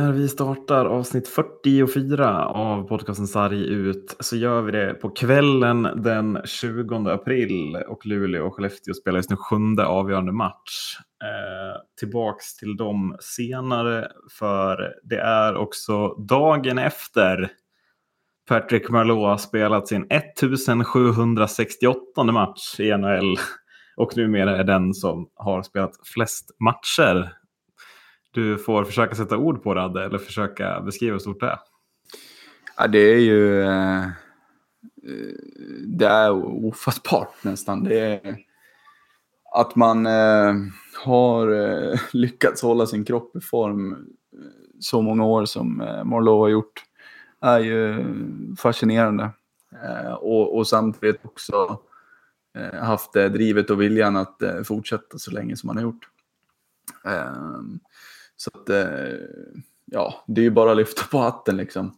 När vi startar avsnitt 44 av podcasten Sarg ut så gör vi det på kvällen den 20 april och Luleå och Skellefteå spelar just nu 7:e avgörande match. Tillbaks till dem senare, för det är också dagen efter Patrick Marleau har spelat sin 1768 match i NHL och numera är den som har spelat flest matcher. Du får försöka sätta ord på det eller försöka beskriva hur stort det är. Ja, det är ju det är ofattbart nästan. Det är att man har lyckats hålla sin kropp i form så många år som Marleau har gjort är ju fascinerande. Och samtidigt också haft drivet och viljan att fortsätta så länge som man har gjort. Så att ja, det är ju bara att lyfta på hatten liksom.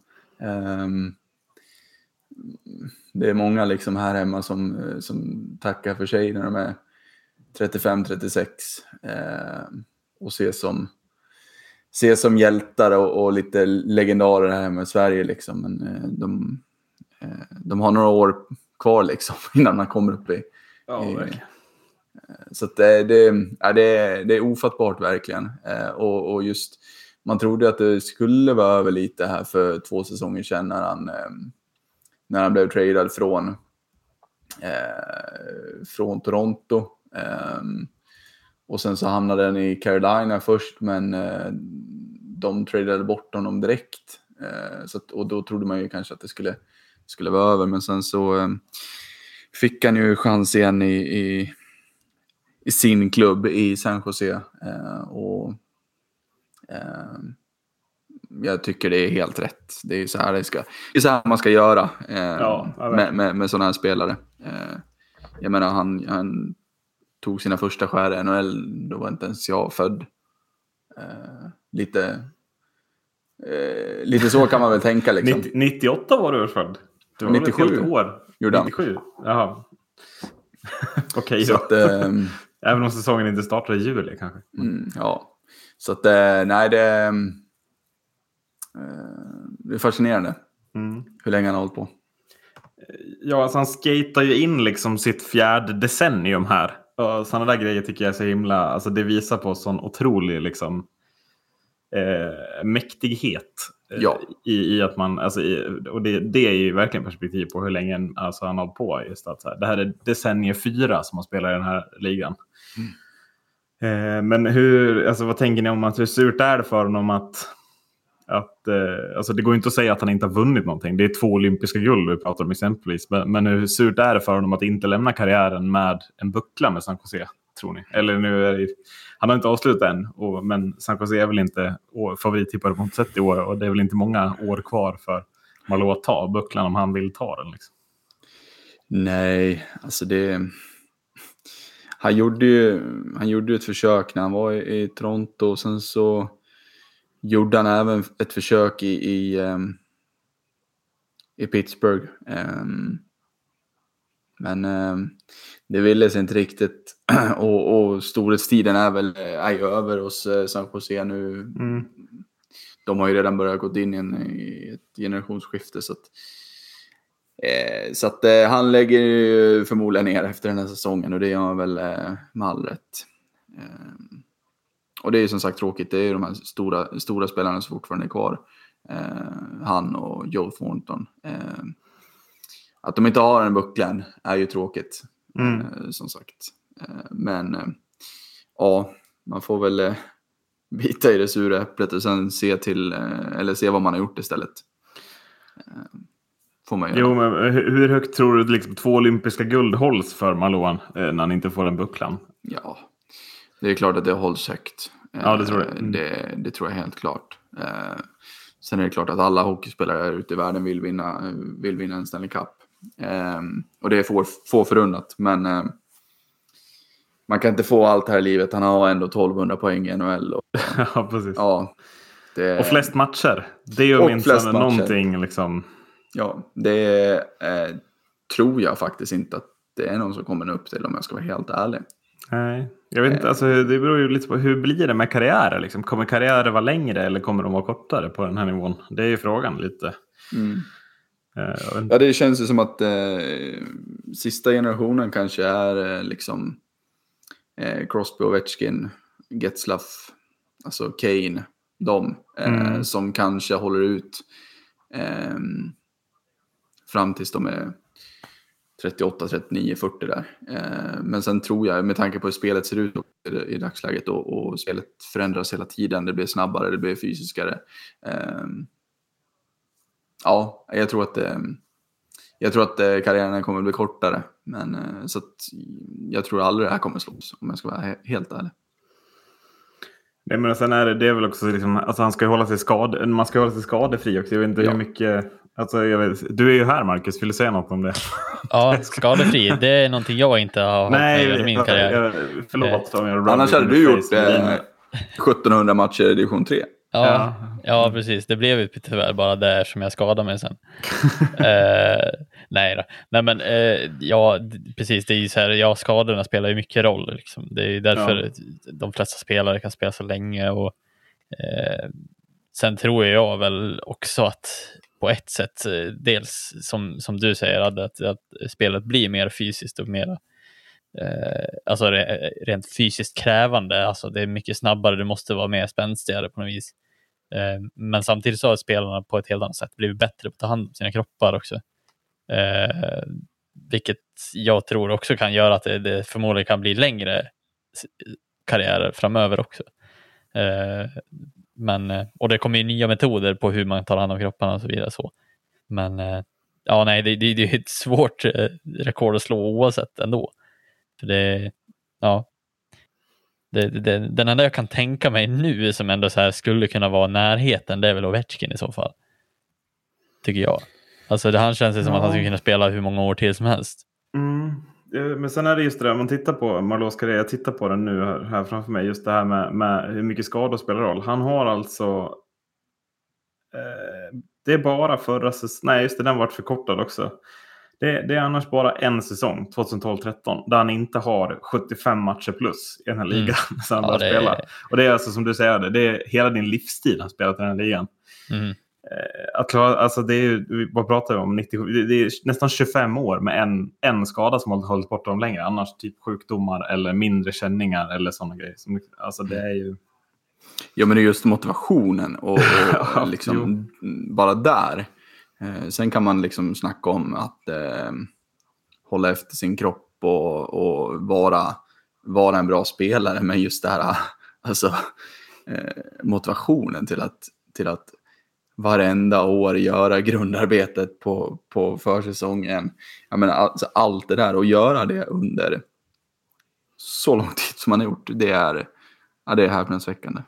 Det är många liksom här hemma som tackar för sig när de är 35-36 och ses som hjältar och lite legendarer här hemma i Sverige liksom. Men de har några år kvar liksom innan man kommer upp i så att det är ofattbart verkligen. Och just man trodde att det skulle vara över lite här för 2 säsonger sedan när han blev tradad från Toronto. Och sen så hamnade den i Carolina först, men de tradade bort honom direkt. Och då trodde man ju kanske att det skulle vara över, men sen så fick han ju chans igen i sin klubb i San Jose. Och jag tycker det är helt rätt. Det är så här det är så här man ska göra med sådana här spelare. Jag menar han tog sina första skär i NHL, då var inte ens jag född. Lite så kan man väl tänka liksom. 98 var du född. Du var 97 ett helt år. 97. Jaha. Okej då. Att, även om säsongen inte startar i juli kanske. Ja. Så att nej, det är fascinerande hur länge han har hållit på. Ja, alltså han skater ju in liksom sitt 4:e decennium här. Och sådana där grejer tycker jag är så himla, alltså det visar på sån otrolig liksom mäktighet i att man, alltså och det är ju verkligen perspektiv på hur länge alltså han har på just att så här, det här är decennium 4 som han spelar i den här ligan. Men alltså vad tänker ni om att hur surt är det för honom att alltså det går inte att säga att han inte har vunnit någonting. Det är 2 olympiska guld vi pratar om exempelvis. Men hur surt är det för honom att inte lämna karriären med en buckla med San Jose, tror ni? Eller nu han har inte avslutat än, men San Jose är väl inte favorittippare på något sätt i år, och det är väl inte många år kvar för Marleau att ta bucklan om han vill ta den liksom. Nej, alltså han gjorde ju ett försök när han var i Toronto, och sen så gjorde han även ett försök i Pittsburgh. Men det ville sig inte riktigt. Och storhetstiden är ju över hos San Jose nu. De har ju redan börjat gå in i ett generationsskifte. Så att han lägger ju förmodligen ner efter den här säsongen. Och det gör han väl med all rätt. Och det är ju som sagt tråkigt. Det är ju de här stora spelarna som fortfarande är kvar. Han och Joe Thornton. Att de inte har en bucklan är ju tråkigt. Som sagt. Men ja, man får väl bita i det sura äpplet och sen se vad man har gjort istället. Får man göra. Jo, men hur högt tror du liksom 2 olympiska guld hålls för Marleau när han inte får en bucklan? Ja, det är klart att det hålls högt. Ja, det tror jag. Det tror jag helt klart. Sen är det klart att alla hockeyspelare ute i världen vill vinna en Stanley Cup. Och det är få förunnat. Men man kan inte få allt här i livet. Han har ändå 1200 poäng i NHL. Ja, precis. Ja, och flest matcher. Det är ju minst någonting liksom. Ja, det tror jag faktiskt inte att det är någon som kommer upp till, om jag ska vara helt ärlig. Nej, jag vet inte. Alltså, det beror ju lite på hur blir det med karriärer. Liksom. Kommer karriärer vara längre eller kommer de vara kortare på den här nivån? Det är ju frågan lite. Ja, det känns ju som att sista generationen kanske är liksom Crosby, Ovechkin, Getzlaf, alltså Kane, de som kanske håller ut fram tills de är 38, 39, 40 där. Men sen tror jag, med tanke på hur spelet ser ut i dagsläget och spelet förändras hela tiden, det blir snabbare, det blir fysiskare. Ja, jag tror att karriären kommer att bli kortare. Men så att jag tror aldrig det här kommer slås, om jag ska vara helt ärlig. Nej, men sen är det är väl också liksom, alltså man ska hålla sig skadefri också. Jag vet inte hur mycket, alltså du är ju här, Marcus, vill du säga något om det? Ja, skadefri, det är någonting jag inte har hållit med i min karriär. Förlåt om jag annars hade du gjort 1700 matcher i division 3. Ja, precis. Det blev ju tyvärr bara där som jag skadade mig sen. Nej men ja, precis, det är ju så här, skadorna spelar ju mycket roll liksom. Det är ju därför de flesta spelare kan spela så länge och sen tror jag väl också att på ett sätt, dels som du säger, att spelet blir mer fysiskt och mer alltså rent fysiskt krävande, alltså det är mycket snabbare, du måste vara mer spänstigare på något vis. Men samtidigt så har spelarna på ett helt annat sätt blivit bättre på att ta hand om sina kroppar också. Vilket jag tror också kan göra att det förmodligen kan bli längre karriärer framöver också. Och det kommer ju nya metoder på hur man tar hand om kropparna och så vidare så. Men ja, nej, det är ett svårt rekord att slå oavsett ändå. För det, ja. Den enda jag kan tänka mig nu som ändå så här skulle kunna vara närheten, det är väl Ovechkin i så fall. Tycker jag. Alltså han känns som att han skulle kunna spela hur många år till som helst. Men sen är det just det där, man tittar på Marleaus karriär, jag tittar på den nu här framför mig, just det här med hur mycket skador spelar roll. Han har alltså det är bara förra säsongen, nej just det, den varit förkortad också. Det är annars bara en säsong, 2012-13, där han inte har 75 matcher plus i den här ligan. Så han bara spelar. Och det är alltså som du säger, det är hela din livstid han spelat i den här ligan. Att klara, alltså det är ju, vad pratar vi om? 90, det är nästan 25 år med en skada som har hållit bort dem längre. Annars typ sjukdomar eller mindre känningar eller sådana grejer. Alltså det är ju... Ja, men det är just motivationen och liksom bara där. Sen kan man liksom snacka om att hålla efter sin kropp och vara en bra spelare. Men just det här, alltså motivationen till att varenda år göra grundarbetet på försäsongen. Jag menar, alltså allt det där och göra det under så lång tid som man har gjort, det är häpnadsväckande.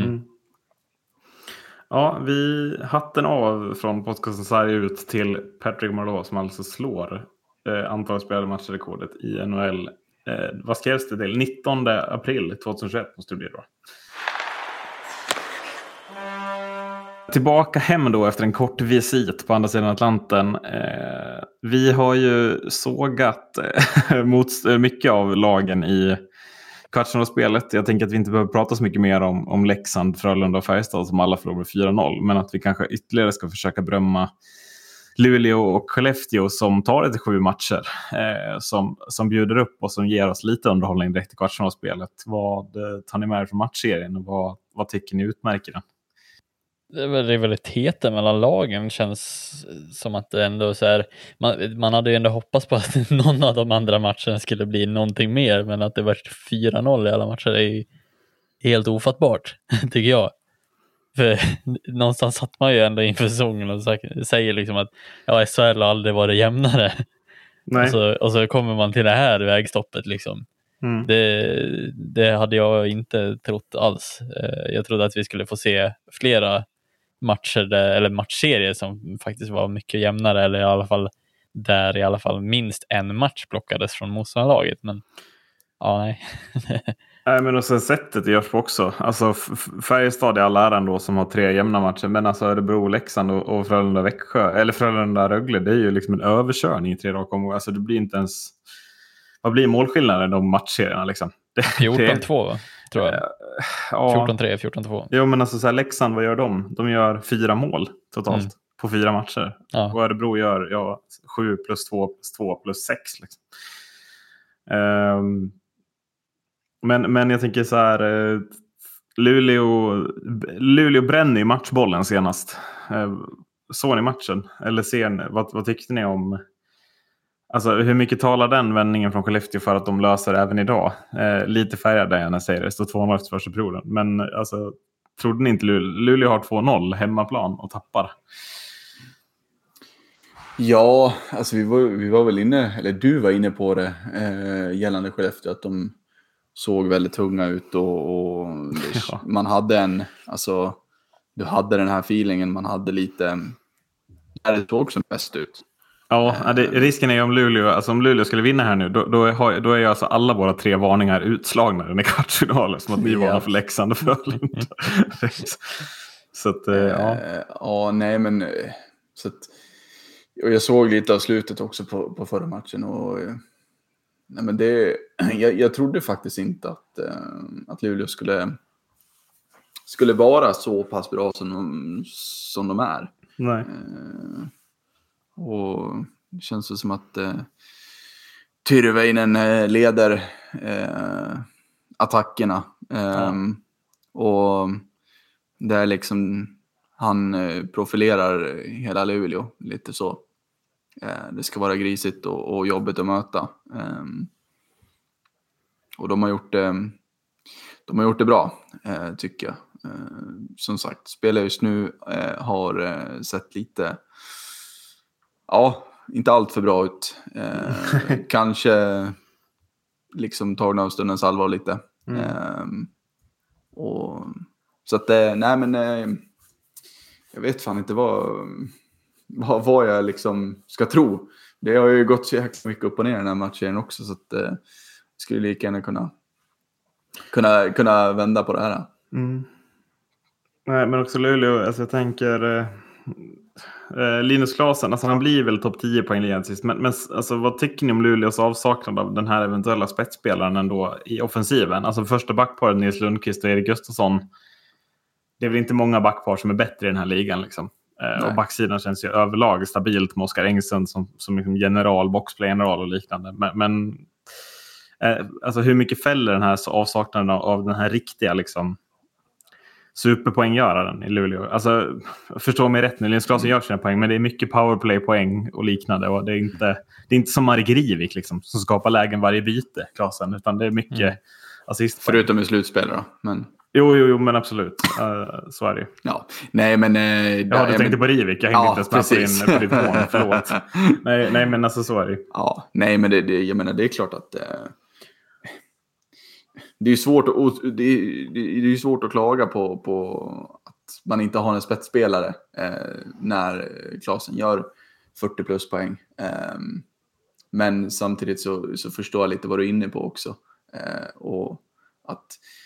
Ja, vi hatten av från podcasten Sarg ut till Patrick Marleau som alltså slår antalet spelade matchrekordet i NHL. Vad skrevs det till? 19 april 2021 måste det bli då. Tillbaka hem då efter en kort visit på andra sidan Atlanten. Vi har ju sågat mot mycket av lagen i kvartsfinalspelet. Jag tänker att vi inte behöver prata så mycket mer om Leksand, Frölunda och Färjestad som alla förlorar 4-0. Men att vi kanske ytterligare ska försöka berömma Luleå och Skellefteå som tar det till 7 matcher. Som bjuder upp och som ger oss lite underhållning direkt i kvartsfinalspelet. Vad tar ni med er från matchserien och vad tycker ni utmärker den? Det är väl rivaliteten mellan lagen, känns som att det ändå så här, man hade ju ändå hoppats på att någon av de andra matcherna skulle bli någonting mer, men att det var 4-0 i alla matcher är ju helt ofattbart, tycker jag. För någonstans satt man ju ändå inför säsongen och säger liksom att SHL har aldrig varit jämnare. Nej. Och så kommer man till det här vägstoppet liksom. Det hade jag inte trott alls. Jag trodde att vi skulle få se flera matcher eller matchserier som faktiskt var mycket jämnare, eller i alla fall där i alla fall minst en match plockades från motståndarlaget, men nej. Nej, men och sen sättet det görs på också. Alltså Färjestad är all äran då som har 3 jämna matcher, men alltså Örebro, Leksand och Frölunda Växjö eller Frölunda Rögle, det är ju liksom en överkörning i 3 raka omgångar. Alltså det blir inte ens vad blir målskillnaden i de matchserierna liksom? 14-2 va? Tror jag. Ja. 14-3, 14-2. Jo, men alltså så här, Leksand, vad gör de? De gör 4 mål totalt på 4 matcher. Ja. Och Örebro gör 7 plus 2 plus 2 plus 6 liksom. Men jag tänker så här, Luleå bränner ju matchbollen senast. Såg ni matchen? Eller ser ni, vad tyckte ni om, alltså hur mycket talar den vändningen från Skellefteå för att de löser även idag? Lite färgad där när jag säger det, står 2-0 efter första perioden. Men alltså, trodde ni inte Luleå har 2-0 hemmaplan och tappar? Ja, alltså vi var väl inne, eller du var inne på det gällande Skellefteå, att de såg väldigt tunga ut och man hade alltså du hade den här feelingen, man hade lite, där det såg som bäst ut. Ja, risken är ju om Luleå skulle vinna här nu, då är alltså alla våra 3 varningar utslagna i kvartsfinalen, som att ni varnar för Leksand och Frölunda. Så att, ja. Ja, nej men så att, och jag såg lite av slutet också på förra matchen och nej men jag trodde faktiskt inte att Luleå skulle vara så pass bra som de är. Nej. Och det känns som att Tyrväinen leder attackerna. Och det är liksom han profilerar hela Luleå lite så. Det ska vara grisigt och jobbigt att möta. Och de har gjort det bra, tycker jag. Som sagt, spelar just nu har sett lite, ja, inte allt för bra ut. Kanske liksom tagna av stundens allvar lite. Och så att nej men jag vet fan inte vad jag liksom ska tro. Det har ju gått så jäkla mycket upp och ner den här matchen också, så att skulle lika gärna kunna vända på det här. Nej, men också Luleå, alltså jag tänker Linus Klasen, alltså han blir väl topp 10 poäng igen sist, men alltså, vad tycker ni om Luleås avsaknad av den här eventuella spetsspelaren ändå i offensiven? Alltså första backparet Nils Lundqvist och Erik Gustafsson, det är väl inte många backpar som är bättre i den här ligan liksom. Och backsidan känns ju överlag stabilt med Oskar Engström som liksom general, boxplay-general och liknande. Men alltså hur mycket fäller den här avsaknaden av den här riktiga liksom superpoänggöraren i Luleå? Alltså, förstå mig rätt nu, Linus Klasen gör sina poäng, men det är mycket powerplay-poäng och liknande, och det är inte som Marek Rivik liksom, som skapar lägen varje byte, Klasen, utan det är mycket assist. Förutom i slutspel då, men... Jo, men absolut. Så är det. Ja, nej men... du tänkte på Rivik, jag hängde inte ens på ditt mån, förlåt. nej, men alltså så är det. Ja, nej men jag menar, det är klart att... Det är svårt att klaga på att man inte har en spetsspelare när Klasen gör 40 plus poäng. Men samtidigt så förstår jag lite vad du är inne på också. Och att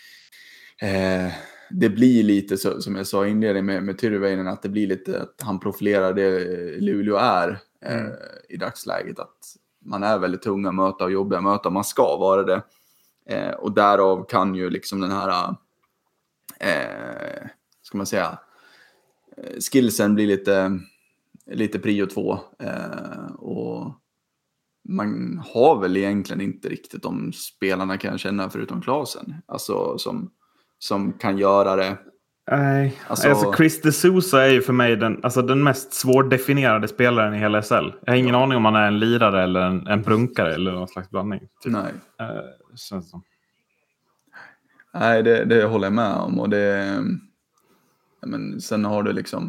det blir lite så, som jag sa inledningen med Tyrväinen, att det blir lite att han profilerar det Luleå är i dagsläget. Att man är väldigt tunga att möta och jobbiga att möta. Man ska vara det. Och därav kan ju liksom den här ska man säga skillsen bli lite prio 2, och man har väl egentligen inte riktigt de spelarna, kan jag känna, förutom Klasen, alltså som kan göra det. Nej, alltså Chris De Sousa är ju för mig den mest svårdefinierade spelaren i hela SL. Jag har ingen aning om han är en lirare eller en prunkare eller någon slags blandning. Typ. Nej. Känns som. Nej, det håller jag med om. Och men sen har du liksom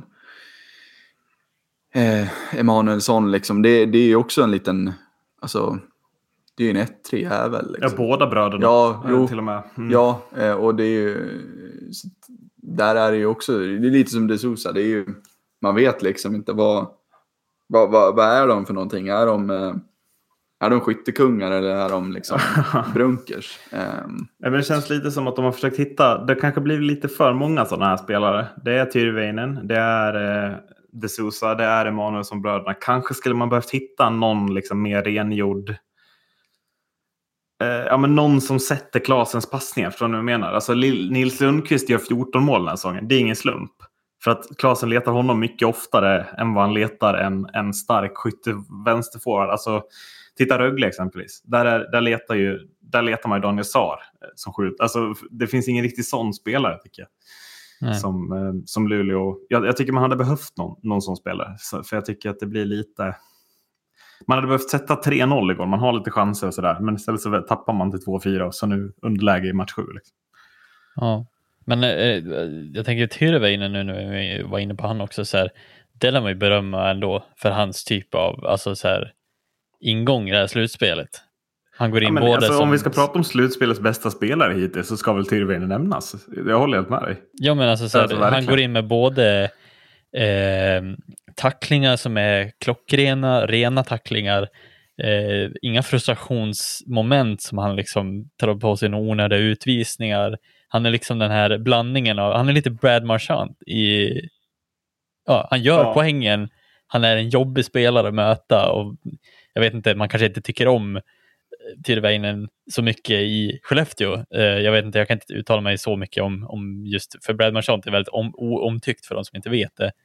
Emanuelsson liksom. Det är ju också en liten, alltså det är ju en 1-3 jävel liksom. Ja, båda bröderna. Ja, till och med. Ja, och det är ju, där är det ju också, det är lite som De Sousa, det är ju, man vet liksom inte vad är de för någonting. Är de skyttekungar eller är de liksom brunkers? Men det känns lite som att de har försökt hitta, det kanske blir lite för många sådana här spelare. Det är Tyrväinen, det är De Sousa, det är Emanuelsson bröderna. Kanske skulle man behövt hitta någon liksom mer rengjord Ja, men någon som sätter Klasens passningar, förstår ni vad jag menar? Alltså Nils Lundqvist gör 14 mål den här säsongen. Det är ingen slump. För att Klasen letar honom mycket oftare än vad han letar en stark skytte vänsterforward. Alltså, titta Rögle exempelvis. Där letar man ju Daniel Saar som skjuter. Alltså, det finns ingen riktigt sån spelare, tycker jag. Som Luleå. Jag tycker man hade behövt någon sån spelare. För jag tycker att det blir lite... Man hade behövt sätta 3-0 igår. Man har lite chanser och sådär. Men istället så tappar man till 2-4 och så nu underläge i match 7. Liksom. Ja, men jag tänker Tyrväinen nu när vi var inne på han också. Så här, det lär man ju berömma ändå för hans typ av alltså, så här, ingång i det här slutspelet. Han går in både alltså, som... Om vi ska prata om slutspelets bästa spelare hittills så ska väl Tyrväinen nämnas. Jag håller helt med dig. Ja, men alltså, så här, han går in med både tacklingar som är klockrena, rena tacklingar, inga frustrationsmoment som han liksom tar på sig några onödiga utvisningar. Han är liksom den här blandningen av, han är lite Brad Marchand i, ja, han gör poängen, han är en jobbig spelare att möta och jag vet inte, man kanske inte tycker om Tyrväinen så mycket i Skellefteå. Jag vet inte, jag kan inte uttala mig så mycket om just, för Brad Marchand är väldigt omtyckt för de som inte vet det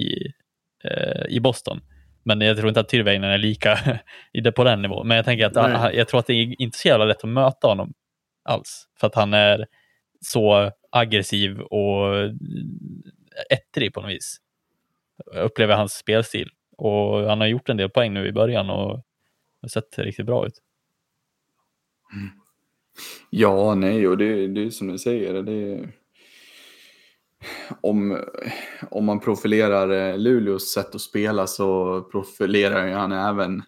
i Boston. Men jag tror inte att Tyrväinen är lika på den nivån. Men jag tänker att jag tror att det är inte så jävla lätt att möta honom alls. För att han är så aggressiv och ettrig på något vis. Jag upplever hans spelstil. Och han har gjort en del poäng nu i början och har sett riktigt bra ut. Ja, nej, och det är som du säger, det är... Om man profilerar Luleås sätt att spela så profilerar han även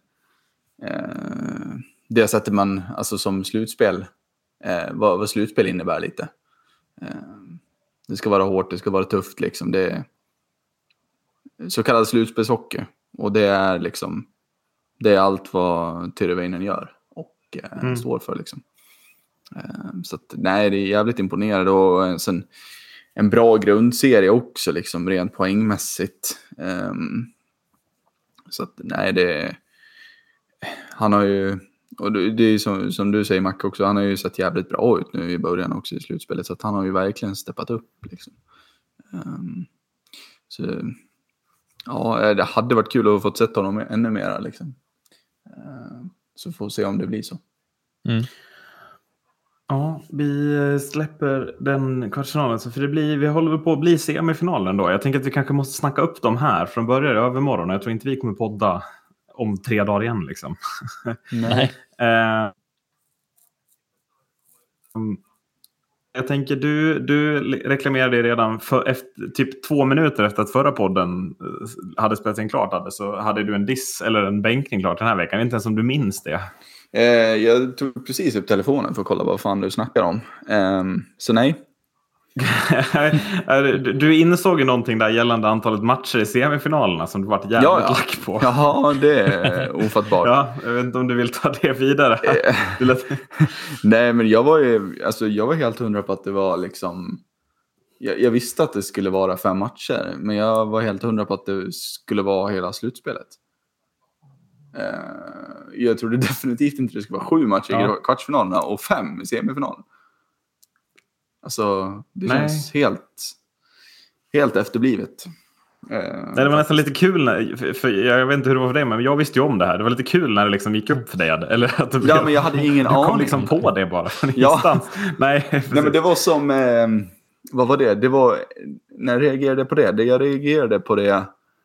det sättet man, alltså som slutspel, vad slutspel innebär lite. Det ska vara hårt, det ska vara tufft liksom. Det är så kallad slutspelshockey och det är liksom, det är allt vad Tyrväinen gör och står för liksom. Så att, nej, det är jävligt imponerande och sen en bra grundserie också liksom rent poängmässigt. Så att nej, det han har ju, och det är som du säger Mac också, han har ju sett jävligt bra ut nu i början också i slutspelet, så att han har ju verkligen steppat upp liksom. Så ja, det hade varit kul att få sett honom ännu mer liksom. Så får vi se om det blir så. Ja, vi släpper den kvartsfinalen. För vi håller på att bli semifinalen då. Jag tänker att vi kanske måste snacka upp dem här från början övermorgon. Jag tror inte vi kommer podda om 3 dagar igen liksom. Nej. Jag tänker, du reklamerade redan typ 2 minuter efter att förra podden hade spelat in klart. Så hade du en diss eller en bänkning klart den här veckan. Jag vet inte ens om du minns det. Jag tog precis upp telefonen för att kolla vad fan du snackar om. Så nej. Du insåg ju någonting där gällande antalet matcher i semifinalerna som du varit jävligt lack på. Ja, det är ofattbart. Ja, jag vet inte om du vill ta det vidare. Nej, men jag var helt hundra på att det var liksom... Jag visste att det skulle vara 5 matcher, men jag var helt hundra på att det skulle vara hela slutspelet. Jag trodde definitivt inte det skulle vara 7 matcher i kvartsfinalerna och 5 i semifinalen. Alltså, det känns helt efterblivet. Det var nästan lite kul för jag vet inte hur det var för dig, men jag visste ju om det här. Det var lite kul när det liksom gick upp för dig. Eller att ja, men jag hade ingen aning. Du kom liksom på det bara. Nej, men det var som... vad var det? Det var... När jag reagerade på det. Jag reagerade på det...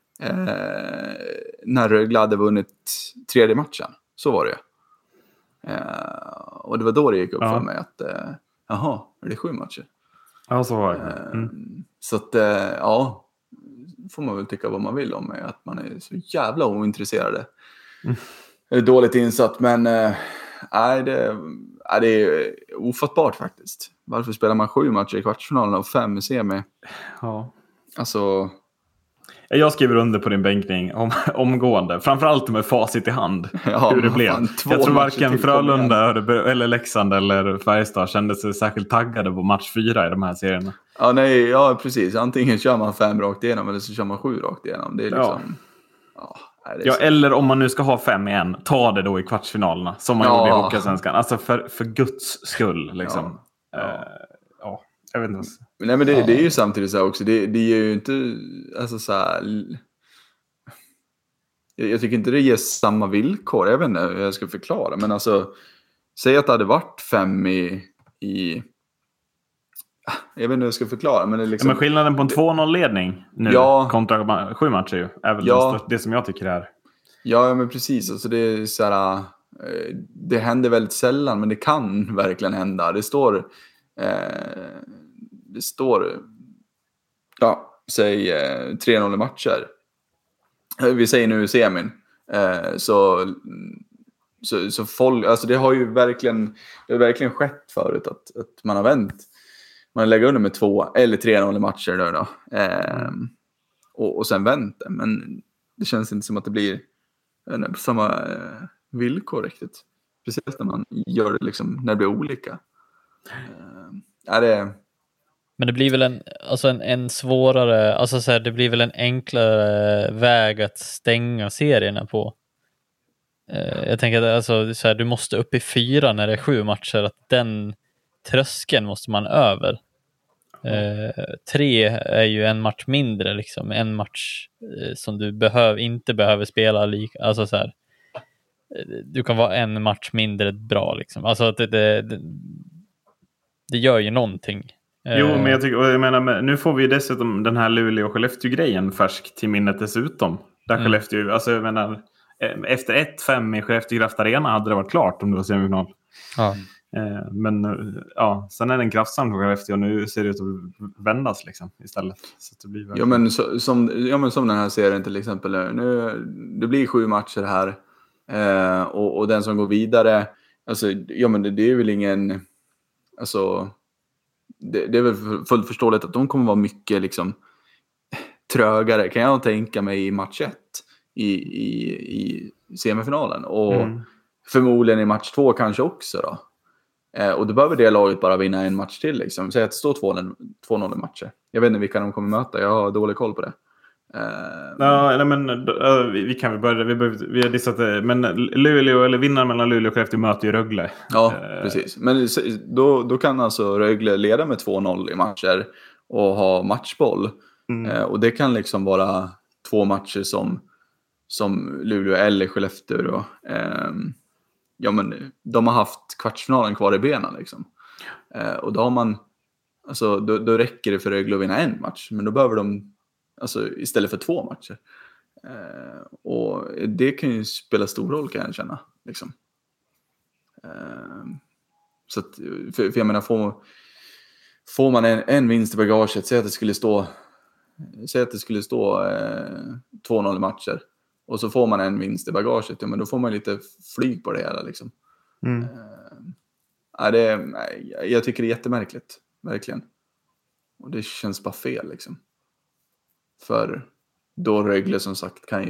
när Rögle hade vunnit 3:e matchen. Så var det. Och det var då det gick upp för mig att jaha, är det 7 matcher? Ja, så var det. Så att får man väl tycka vad man vill om att man är så jävla ointresserade. Dåligt insatt, men nej, det är ofattbart faktiskt. Varför spelar man 7 matcher i kvartsfinalen och 5 i semi? Ja. Alltså... Jag skriver under på din bänkning omgående. Framförallt med facit i hand. Ja, hur det blev. Jag tror varken Frölunda eller Leksand eller Färjestad kände sig särskilt taggade på match 4 i de här serierna. Ja, nej, ja precis. Antingen kör man 5 rakt igenom eller så kör man 7 rakt igenom. Det är liksom... Ja, eller om man nu ska ha 5-1, ta det då i kvartsfinalerna. Som man gjorde i Hockeyallsvenskan. Alltså för Guds skull liksom. Ja, jag vet inte. Nej, men det är ju samtidigt så här också. Det ger ju inte, alltså så här, jag tycker inte det ger samma villkor. Jag vet inte hur jag ska förklara. Men alltså, säg att det hade varit 5 i jag vet inte hur jag ska förklara. Men, det är liksom, men skillnaden på en 2-0-ledning nu kontra 7 matcher ju, är väl det som jag tycker är. Ja, men precis. Alltså, det är så här, det händer väldigt sällan, men det kan verkligen hända. Det står säg 3-0 i matcher. Vi säger nu semin. Så folk, alltså det har ju verkligen skett förut att man har vänt. Man lägger under med 2 eller 3-0 i matcher då. Och sen vänt det. Men det känns inte som att det blir på samma villkor riktigt. Precis när man gör det liksom, när det blir olika. Men det blir väl en svårare, alltså så här, det blir väl en enklare väg att stänga serierna på. Jag tänker att alltså, så här, du måste upp i 4 när det är 7 matcher, att den tröskeln måste man över. 3 är ju en match mindre liksom, en match som du inte behöver spela lika, alltså så här, du kan vara en match mindre bra liksom. Alltså att det gör ju någonting. Jo, men jag menar, nu får vi dessutom den här Luleå och Skellefteå-grejen färsk till minnet dessutom. Där Skellefteå, alltså jag menar, efter 1-5 i Skellefteå Kraft Arena hade det varit klart om det var semifinal. Ja. Men ja, sen är det en kraftsam för Skellefteå och nu ser det ut att vändas liksom istället. Så det blir verkligen... som den här serien till exempel. Nu, det blir 7 matcher här. Och den som går vidare, alltså, det är väl ingen, alltså, det är väl fullt förståeligt att de kommer vara mycket liksom trögare, kan jag tänka mig, i match 1 i semifinalen och förmodligen i match 2 kanske också då. Och då behöver det laget bara vinna en match till liksom. Säg att det står 2-0 i matcher. Jag vet inte vilka de kommer möta, jag har dålig koll på det. Vi kan väl börja. Vi har dissat det. Men Luleå, eller vinnaren mellan Luleå och Skellefteå, möter ju Rögle. Ja, precis. Men då kan alltså Rögle leda med 2-0 i matcher och ha matchboll. Och det kan liksom vara 2 matcher som Luleå eller Skellefteå då. Men de har haft kvartsfinalen kvar i benen liksom. Och då har man, alltså då räcker det för Rögle att vinna en match, men då behöver de, alltså istället för 2 matcher. Och det kan ju spela stor roll, kan jag känna liksom. Så att, för jag menar, får man en vinst i bagaget, säg att det skulle stå 2-0 i matcher och så får man en vinst i bagaget, men då får man lite flyg på det hela liksom. Jag tycker det är jättemärkligt, verkligen. Och det känns bara fel liksom. För då Rögle som sagt kan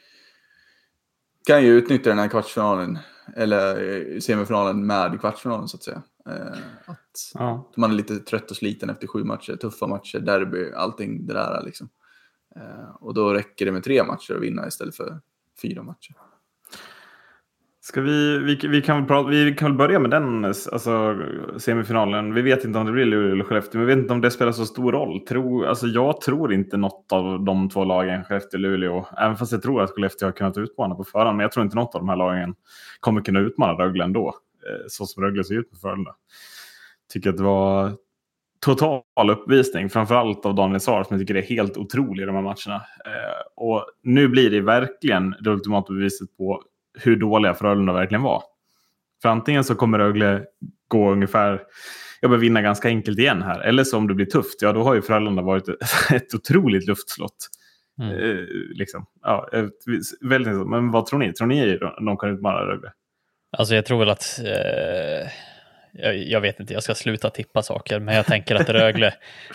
ju utnyttja den här kvartsfinalen eller semifinalen med kvartsfinalen så att säga. Att man är lite trött och sliten efter 7 matcher, tuffa matcher, derby, allting det där liksom. Och då räcker det med 3 matcher att vinna istället för 4 matcher. Ska vi kan väl börja med den, alltså semifinalen. Vi vet inte om det blir Luleå eller Skellefteå, men vi vet inte om det spelar så stor roll. Jag tror inte något av de 2 lagen, Skellefteå och Luleå, även fast jag tror att Skellefteå har kunnat utmana på förhand, men jag tror inte något av de här lagen kommer kunna utmana Rögle ändå, så som Rögle ser ut på förhand. Tycker att det var total uppvisning, framförallt av Daniel Saar, som jag tycker är helt otrolig i de här matcherna. Och nu blir det verkligen det ultimata beviset på hur dåliga Frölunda verkligen var. För antingen så kommer Rögle gå ungefär, vinna ganska enkelt igen här. Eller så om det blir tufft, då har ju Frölunda varit ett otroligt luftslott. Liksom. Ja, väldigt, men vad tror ni? Tror ni de kan utmana Rögle? Alltså jag tror väl att jag vet inte, jag ska sluta tippa saker, men jag tänker att Rögle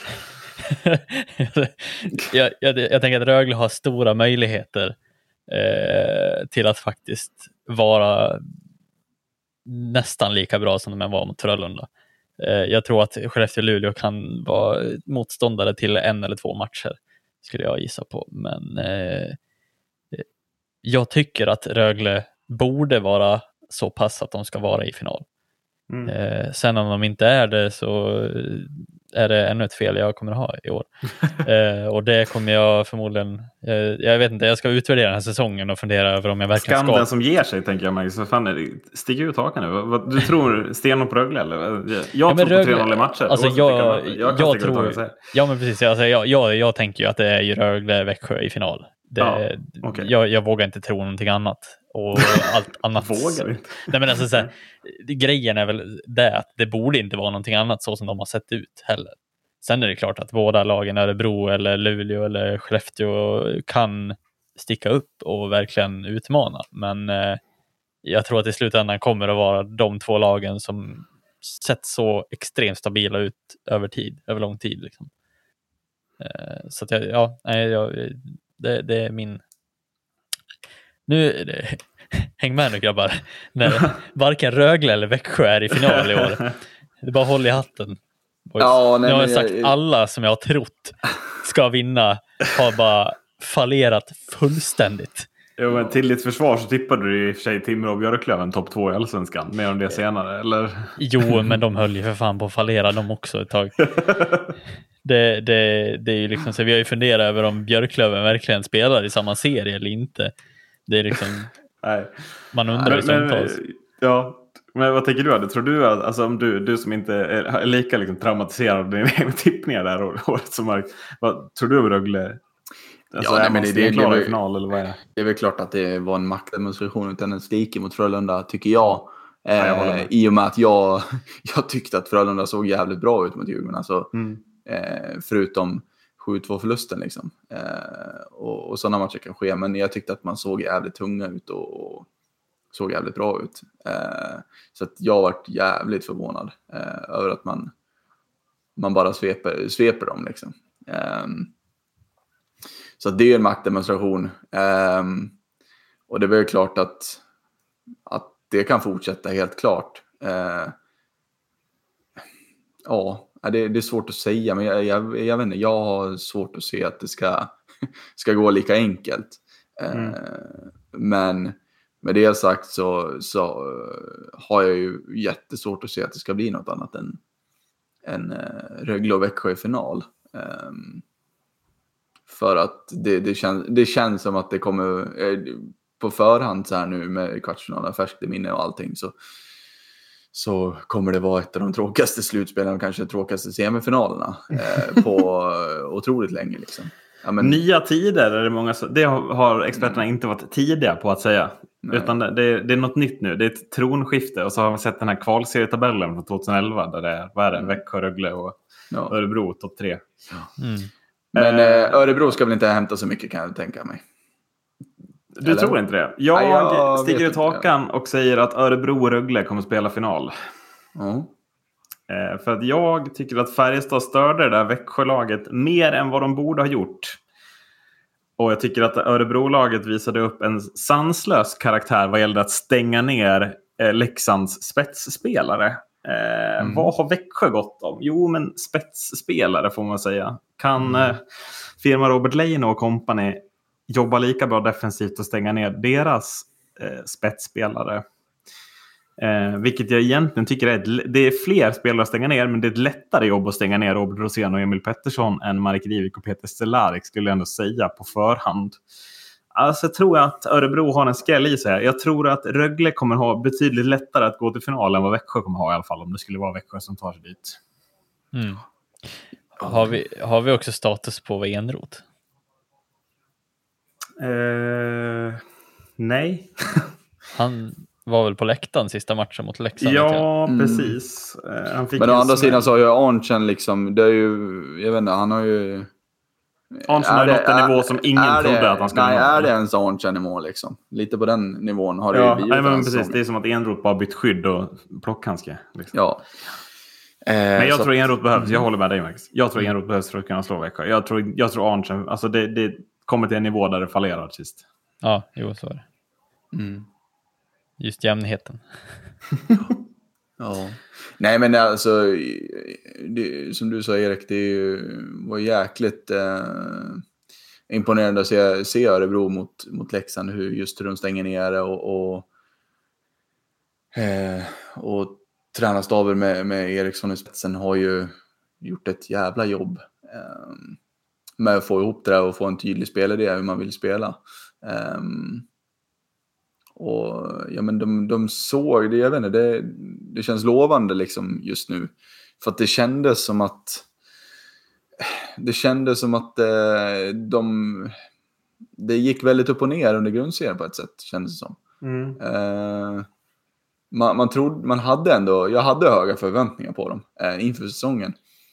jag tänker att Rögle har stora möjligheter till att faktiskt vara nästan lika bra som de var mot Frölunda. Jag tror att Skellefteå och Luleå kan vara motståndare till 1 eller 2 matcher, skulle jag gissa på. Men jag tycker att Rögle borde vara så pass att de ska vara i final. Sen om de inte är det så är det ännu ett fel jag kommer att ha i år. Och det kommer jag förmodligen, jag vet inte, jag ska utvärdera den här säsongen och fundera över om jag verkligen ska. Skam den som ger sig, tänker jag mig. Så fan, stig ut hakan nu. Du tror stenhårt på Rögle, eller? Jag tror på 3-0 i matcher. Alltså jag tror, ja men precis, alltså, jag tänker ju att det är ju Rögle-Växjö i final. Okay. jag vågar inte tro någonting annat. Och allt annat. Vågar inte. Nej, men alltså, grejen är väl det att det borde inte vara någonting annat så som de har sett ut heller. Sen är det klart att båda lagen, Örebro eller Luleå eller Skellefteå, kan sticka upp och verkligen utmana. Men jag tror att i slutändan kommer att vara de två lagen som sett så extremt stabila ut över lång tid. Liksom. Så att det är min... Nu häng med nu grabbar. När varken Rögle eller Växjö är i final i år. Det är bara håll i hatten. Ja, nu har jag sagt alla som jag har trott ska vinna har bara fallerat fullständigt. Jo, men till ditt försvar så tippade du i och för sig Timrå och Björklöven topp 2 i Allsvenskan. Mer om det senare, eller? Jo, men de höll ju för fan på att fallera de också ett tag. Det är ju liksom så vi har ju funderat över om Björklöven verkligen spelar i samma serie eller inte. Det är liksom... Nej. Man undrar stundtals. Ja, men vad tänker du? Tror du att, alltså, om du som inte är lika liksom traumatiserad av dina egna tippningar där året som Mark, tror du om Rögle? Alltså, ja, men det är klar i final, eller vad är det? Det är väl klart att det var en maktdemonstration utan en stike mot Frölunda, tycker jag. I och med att jag tyckte att Frölunda såg jävligt bra ut mot Djurgården. Alltså, förutom 7-2-förlusten liksom. Och sådana matcher kan ske. Men jag tyckte att man såg jävligt tunga ut och såg jävligt bra ut. Så att jag varit jävligt förvånad över att man bara sveper dem liksom. Så det är en maktdemonstration. Och det är väl klart att det kan fortsätta, helt klart. Ja, det är svårt att säga, men jag vet inte, jag har svårt att se att det ska gå lika enkelt. Men med det sagt så har jag ju jättesvårt att se att det ska bli något annat än Rögle och Växjö i final. För att det känns som att det kommer på förhand så här nu med kvartsfinalen, färskt i minne och allting, så kommer det vara ett av de tråkigaste slutspelen och kanske de tråkigaste semifinalerna på otroligt länge liksom. Ja, men... Nya tider är det många, det har experterna inte varit tidiga på att säga. Nej. Utan det är något nytt nu. Det är ett tronskifte, och så har vi sett den här kvalserietabellen från 2011 där det är, vad är det? Växjö, Rögle och Örebro topp 3. Ja. Men Örebro ska väl inte hämta så mycket, kan jag tänka mig. Du eller? Tror inte det? Jag stiger ut hakan och säger att Örebro och Rögle kommer spela final. För att jag tycker att Färjestad störde det där Växjölaget mer än vad de borde ha gjort. Och jag tycker att Örebro-laget visade upp en sanslös karaktär vad gällde att stänga ner Leksands spetsspelare. Vad har Växjö gått om? Jo, men spetsspelare får man säga. Kan firma Robert Leino och company jobba lika bra defensivt och stänga ner deras spetsspelare? Vilket jag egentligen tycker det är fler spelare att stänga ner, men det är ett lättare jobb att stänga ner Robert Rosén och Emil Pettersson än Marek Rivik och Peter Stellarik, skulle jag ändå säga på förhand. Alltså jag tror att Örebro har en skräll i sig. Jag tror att Rögle kommer ha betydligt lättare att gå till final än vad Växjö kommer ha, i alla fall om det skulle vara Växjö som tar sig dit. Har vi också status på Enroth? Nej. Han var väl på läktaren sista matchen mot Leksand. Ja, precis. Han fick men å andra sidan så har ju Arntzen liksom, det är ju, jag vet inte, han har ju... Arntzen har nått en nivå som ingen trodde att han skulle nå. Nej, är det ens Arntzen nivå liksom? Lite på den nivån har det ju blivit. Ja, men precis. Det är som att Enroth bara bytt skydd och plockhandske. Liksom. Ja. Men jag tror Enroth behövs. Jag håller med dig, Max. Jag tror Enroth behövs för att kunna slå Växjö. Jag tror Arntzen, alltså det kommer till en nivå där det fallerar sist. Ja, jo, så är det. Just jämnheten. Ja. Nej, men alltså som du sa, Erik, det var jäkligt imponerande att se Örebro mot Leksand, hur de stänger ner det och tränarstaben med Eriksson i spetsen har ju gjort ett jävla jobb med att få ihop det där och få en tydlig spelidé hur man vill spela. Och ja, men de såg det, jag vet inte, det känns lovande liksom just nu, för att det kändes som att det gick väldigt upp och ner under grundserien på ett sätt, kändes det som. Man hade ändå, jag hade höga förväntningar på dem inför säsongen.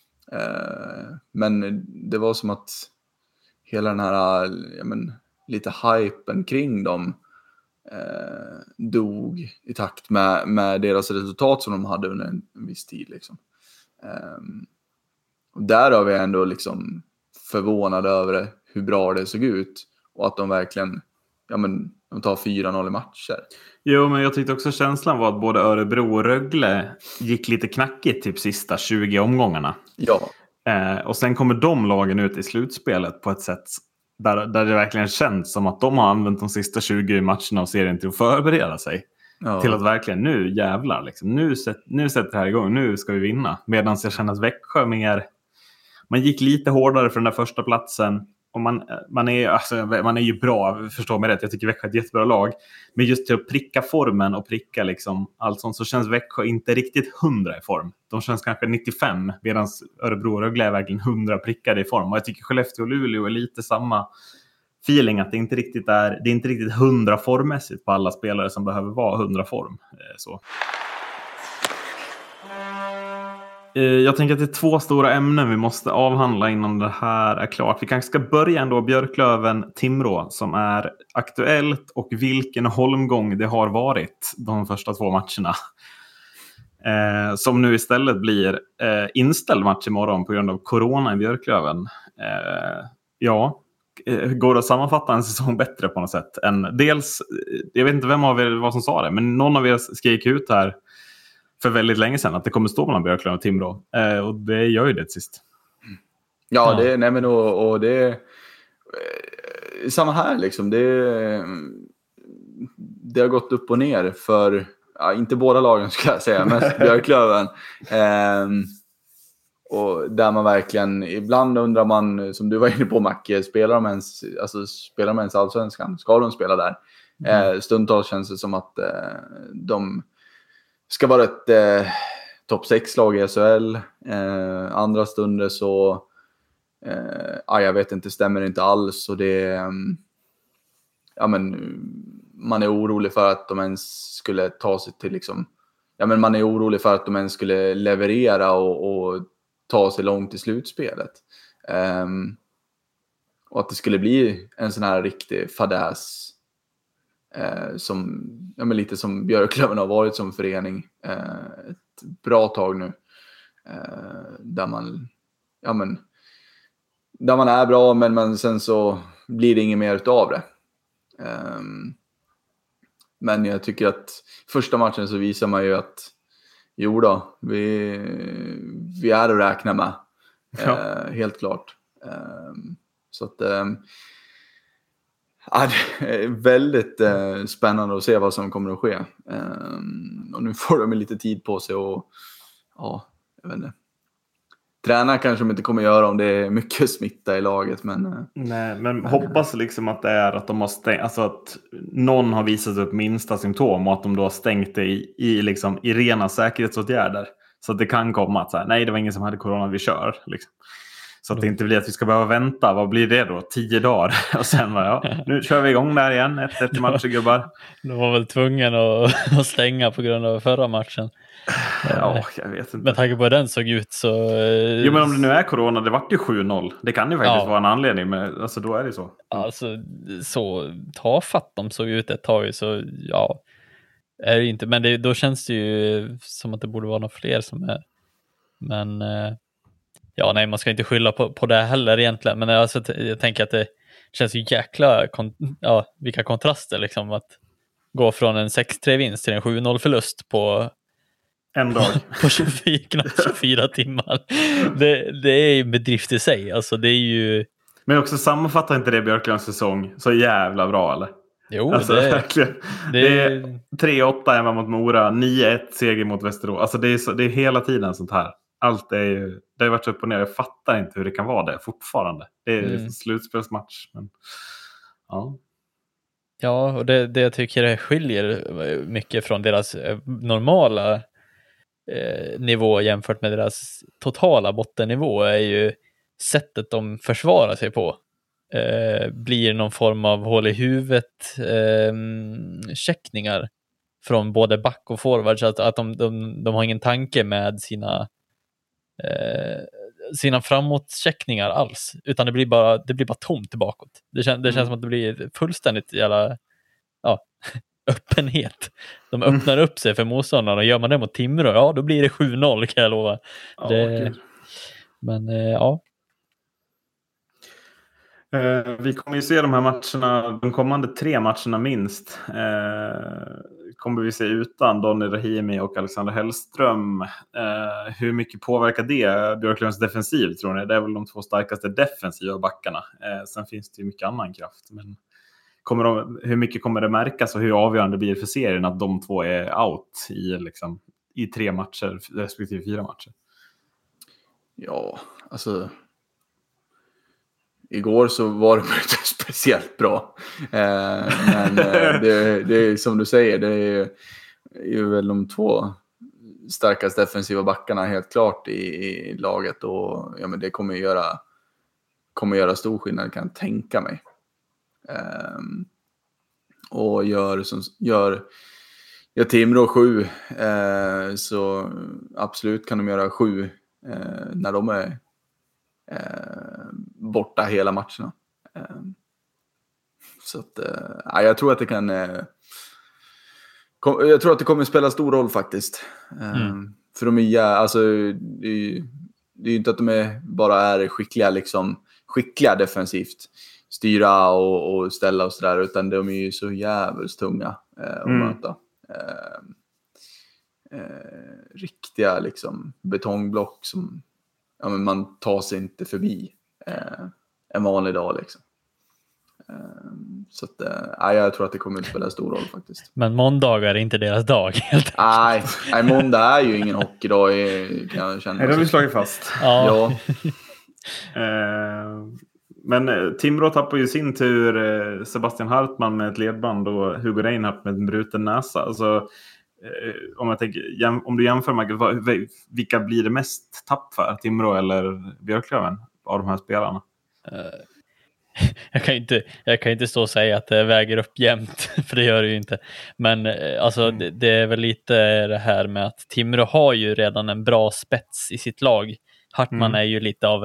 Men det var som att hela den här lite hypen kring dem dog i takt med deras resultat som de hade under en viss tid liksom. Och där har vi ändå liksom förvånade över det, hur bra det såg ut och att de verkligen de tar 4-0 i matcher. Jo, men jag tyckte också känslan var att både Örebro och Rögle gick lite knackigt typ sista 20 omgångarna. Ja. Och sen kommer de lagen ut i slutspelet på ett sätt där det verkligen känns som att de har använt de sista 20 matcherna och serien till att förbereda sig. Ja. Till att verkligen, nu jävlar liksom. Nu sätter det här igång, nu ska vi vinna. Medan jag känner att Växjö man gick lite hårdare för den där första platsen. Och man är ju bra, förstår mig rätt. Jag tycker Växjö är ett jättebra lag. Men just till att pricka formen och pricka liksom allt sånt, så känns Växjö inte riktigt 100 i form. De känns kanske 95, medan Örebro och Rögle är verkligen 100 prickade i form. Och jag tycker Skellefteå och Luleå är lite samma feeling, att det inte riktigt är 100 formmässigt på alla spelare som behöver vara 100 form. Så. Jag tänker att det är 2 stora ämnen vi måste avhandla innan det här är klart. Vi kanske ska börja ändå Björklöven-Timrå som är aktuellt, och vilken holmgång det har varit de första 2 matcherna. Som nu istället blir inställd match imorgon på grund av corona i Björklöven. Går det att sammanfatta en säsong bättre på något sätt än dels, jag vet inte vem av er vad som sa det, men någon av er skrek ut här för väldigt länge sedan att det kommer stå mellan Björklöven och Timrå. Och det gör ju det sist. Ja, det, nej men och det samma här liksom. Det har gått upp och ner för inte båda lagen ska jag säga, mest Björklöven. Och där man verkligen, ibland undrar man, som du var inne på Macke, spelar de ens allsvenskan? Ska de spela där? Stundtals känns det som att de ska vara ett topp 6-lag i SHL. Andra stunder så jag vet inte, stämmer inte alls. Och det man är orolig för att de ens skulle ta sig till liksom, man är orolig för att de ens skulle leverera och ta sig långt i slutspelet. Och att det skulle bli en sån här riktig fadäs som lite som Björklöven har varit som förening ett bra tag nu, där man är bra, men sen så blir det inget mer utav det. Men jag tycker att första matchen så visar man ju att vi är att räkna med. Helt klart. Så att det är väldigt spännande att se vad som kommer att ske. Och nu får de lite tid på sig och jag vet inte. Träna kanske de inte kommer göra om det är mycket smitta i laget, men men hoppas liksom att det är att de har stängt, alltså att någon har visat upp minsta symptom och att de då har stängt det i rena säkerhetsåtgärder, så att det kan komma att så här, nej, det var ingen som hade corona, vi kör liksom. Så att det inte blir att vi ska behöva vänta. Vad blir det då? 10 dagar. Och sen nu kör vi igång där igen. 1-1 i matcher, gubbar. De var väl tvungen att stänga på grund av förra matchen. Ja, jag vet inte. Med tanke på hur den såg ut så... Jo, men om det nu är corona, det vart ju 7-0. Det kan ju faktiskt vara en anledning, men alltså, då är det så. Alltså, så tafatt de såg ut ett tag, så är det inte. Men då känns det ju som att det borde vara några fler som är... Men... nej, man ska inte skylla på det heller egentligen. Men alltså, jag tänker att det känns ju jäkla... vilka kontraster liksom. Att gå från en 6-3-vinst till en 7-0-förlust på... En dag. På 24 timmar. Det är ju bedrift i sig. Alltså, det är ju... Men också sammanfattar inte det Björklunds säsong så jävla bra, eller? Jo, Alltså, verkligen. Det är 3-8 hemma mot Mora, 9-1 seger mot Västerås. Alltså det är hela tiden sånt här. Allt är ju, det har varit upp och ner. Jag fattar inte hur det kan vara det fortfarande. Det är liksom slutspelsmatch. Men, ja. Ja, och det jag tycker det skiljer mycket från deras normala nivå jämfört med deras totala bottennivå är ju sättet de försvarar sig på. Blir någon form av hål i huvudet checkningar från både back och forward, så att de har ingen tanke med sina framåtcheckningar alls, utan det blir bara tomt bakåt. Det känns som att det blir fullständigt jävla öppenhet. De öppnar upp sig för motståndarna, och gör man det mot Timrå, då blir det 7-0 kan jag lova. Ja, okay. Men ja. Vi kommer ju se de här matcherna, de kommande 3 matcherna minst. Kommer vi se utan Donny Rahimi och Alexander Hellström. Hur mycket påverkar det Björklunds defensiv, tror ni? Det är väl de 2 starkaste defensiva backarna. Sen finns det ju mycket annan kraft. Men hur mycket kommer det märkas och hur avgörande blir för serien att de 2 är out i 3 matcher respektive 4 matcher? Ja, alltså... Igår så var det inte speciellt bra. Men det är som du säger, det är ju väl de 2 starkaste defensiva backarna helt klart i laget. Och ja, men det kommer göra stor skillnad, kan jag tänka mig. Och gör Timrå 7, så absolut kan de göra 7 när de är borta hela matcherna. Så att jag tror att det kan jag tror att det kommer spela stor roll faktiskt. För de är alltså det är ju inte att de bara är skickliga defensivt, styra och ställa och sådär, utan de är ju så jävligt tunga att möta. Riktiga betongblock som men man tar sig inte förbi en vanlig dag så att jag tror att det kommer att spela stor roll faktiskt. Men måndagar är inte deras dag helt enkelt. Nej, måndag är ju ingen hockeydag, kan jag känna. Nej, det har vi slagit fast. Ja. Men Timrå tappar ju sin tur Sebastian Hartman med ett ledband och Hugo Reinhardt med en bruten näsa. Alltså, om du jämför, Michael, vilka blir det mest tapp för? Timrå eller Björklöven av de här spelarna? Jag kan inte stå och säga att det väger upp jämnt, för det gör det ju inte. Men alltså det är väl lite det här med att Timrå har ju redan en bra spets i sitt lag. Hartman är ju lite av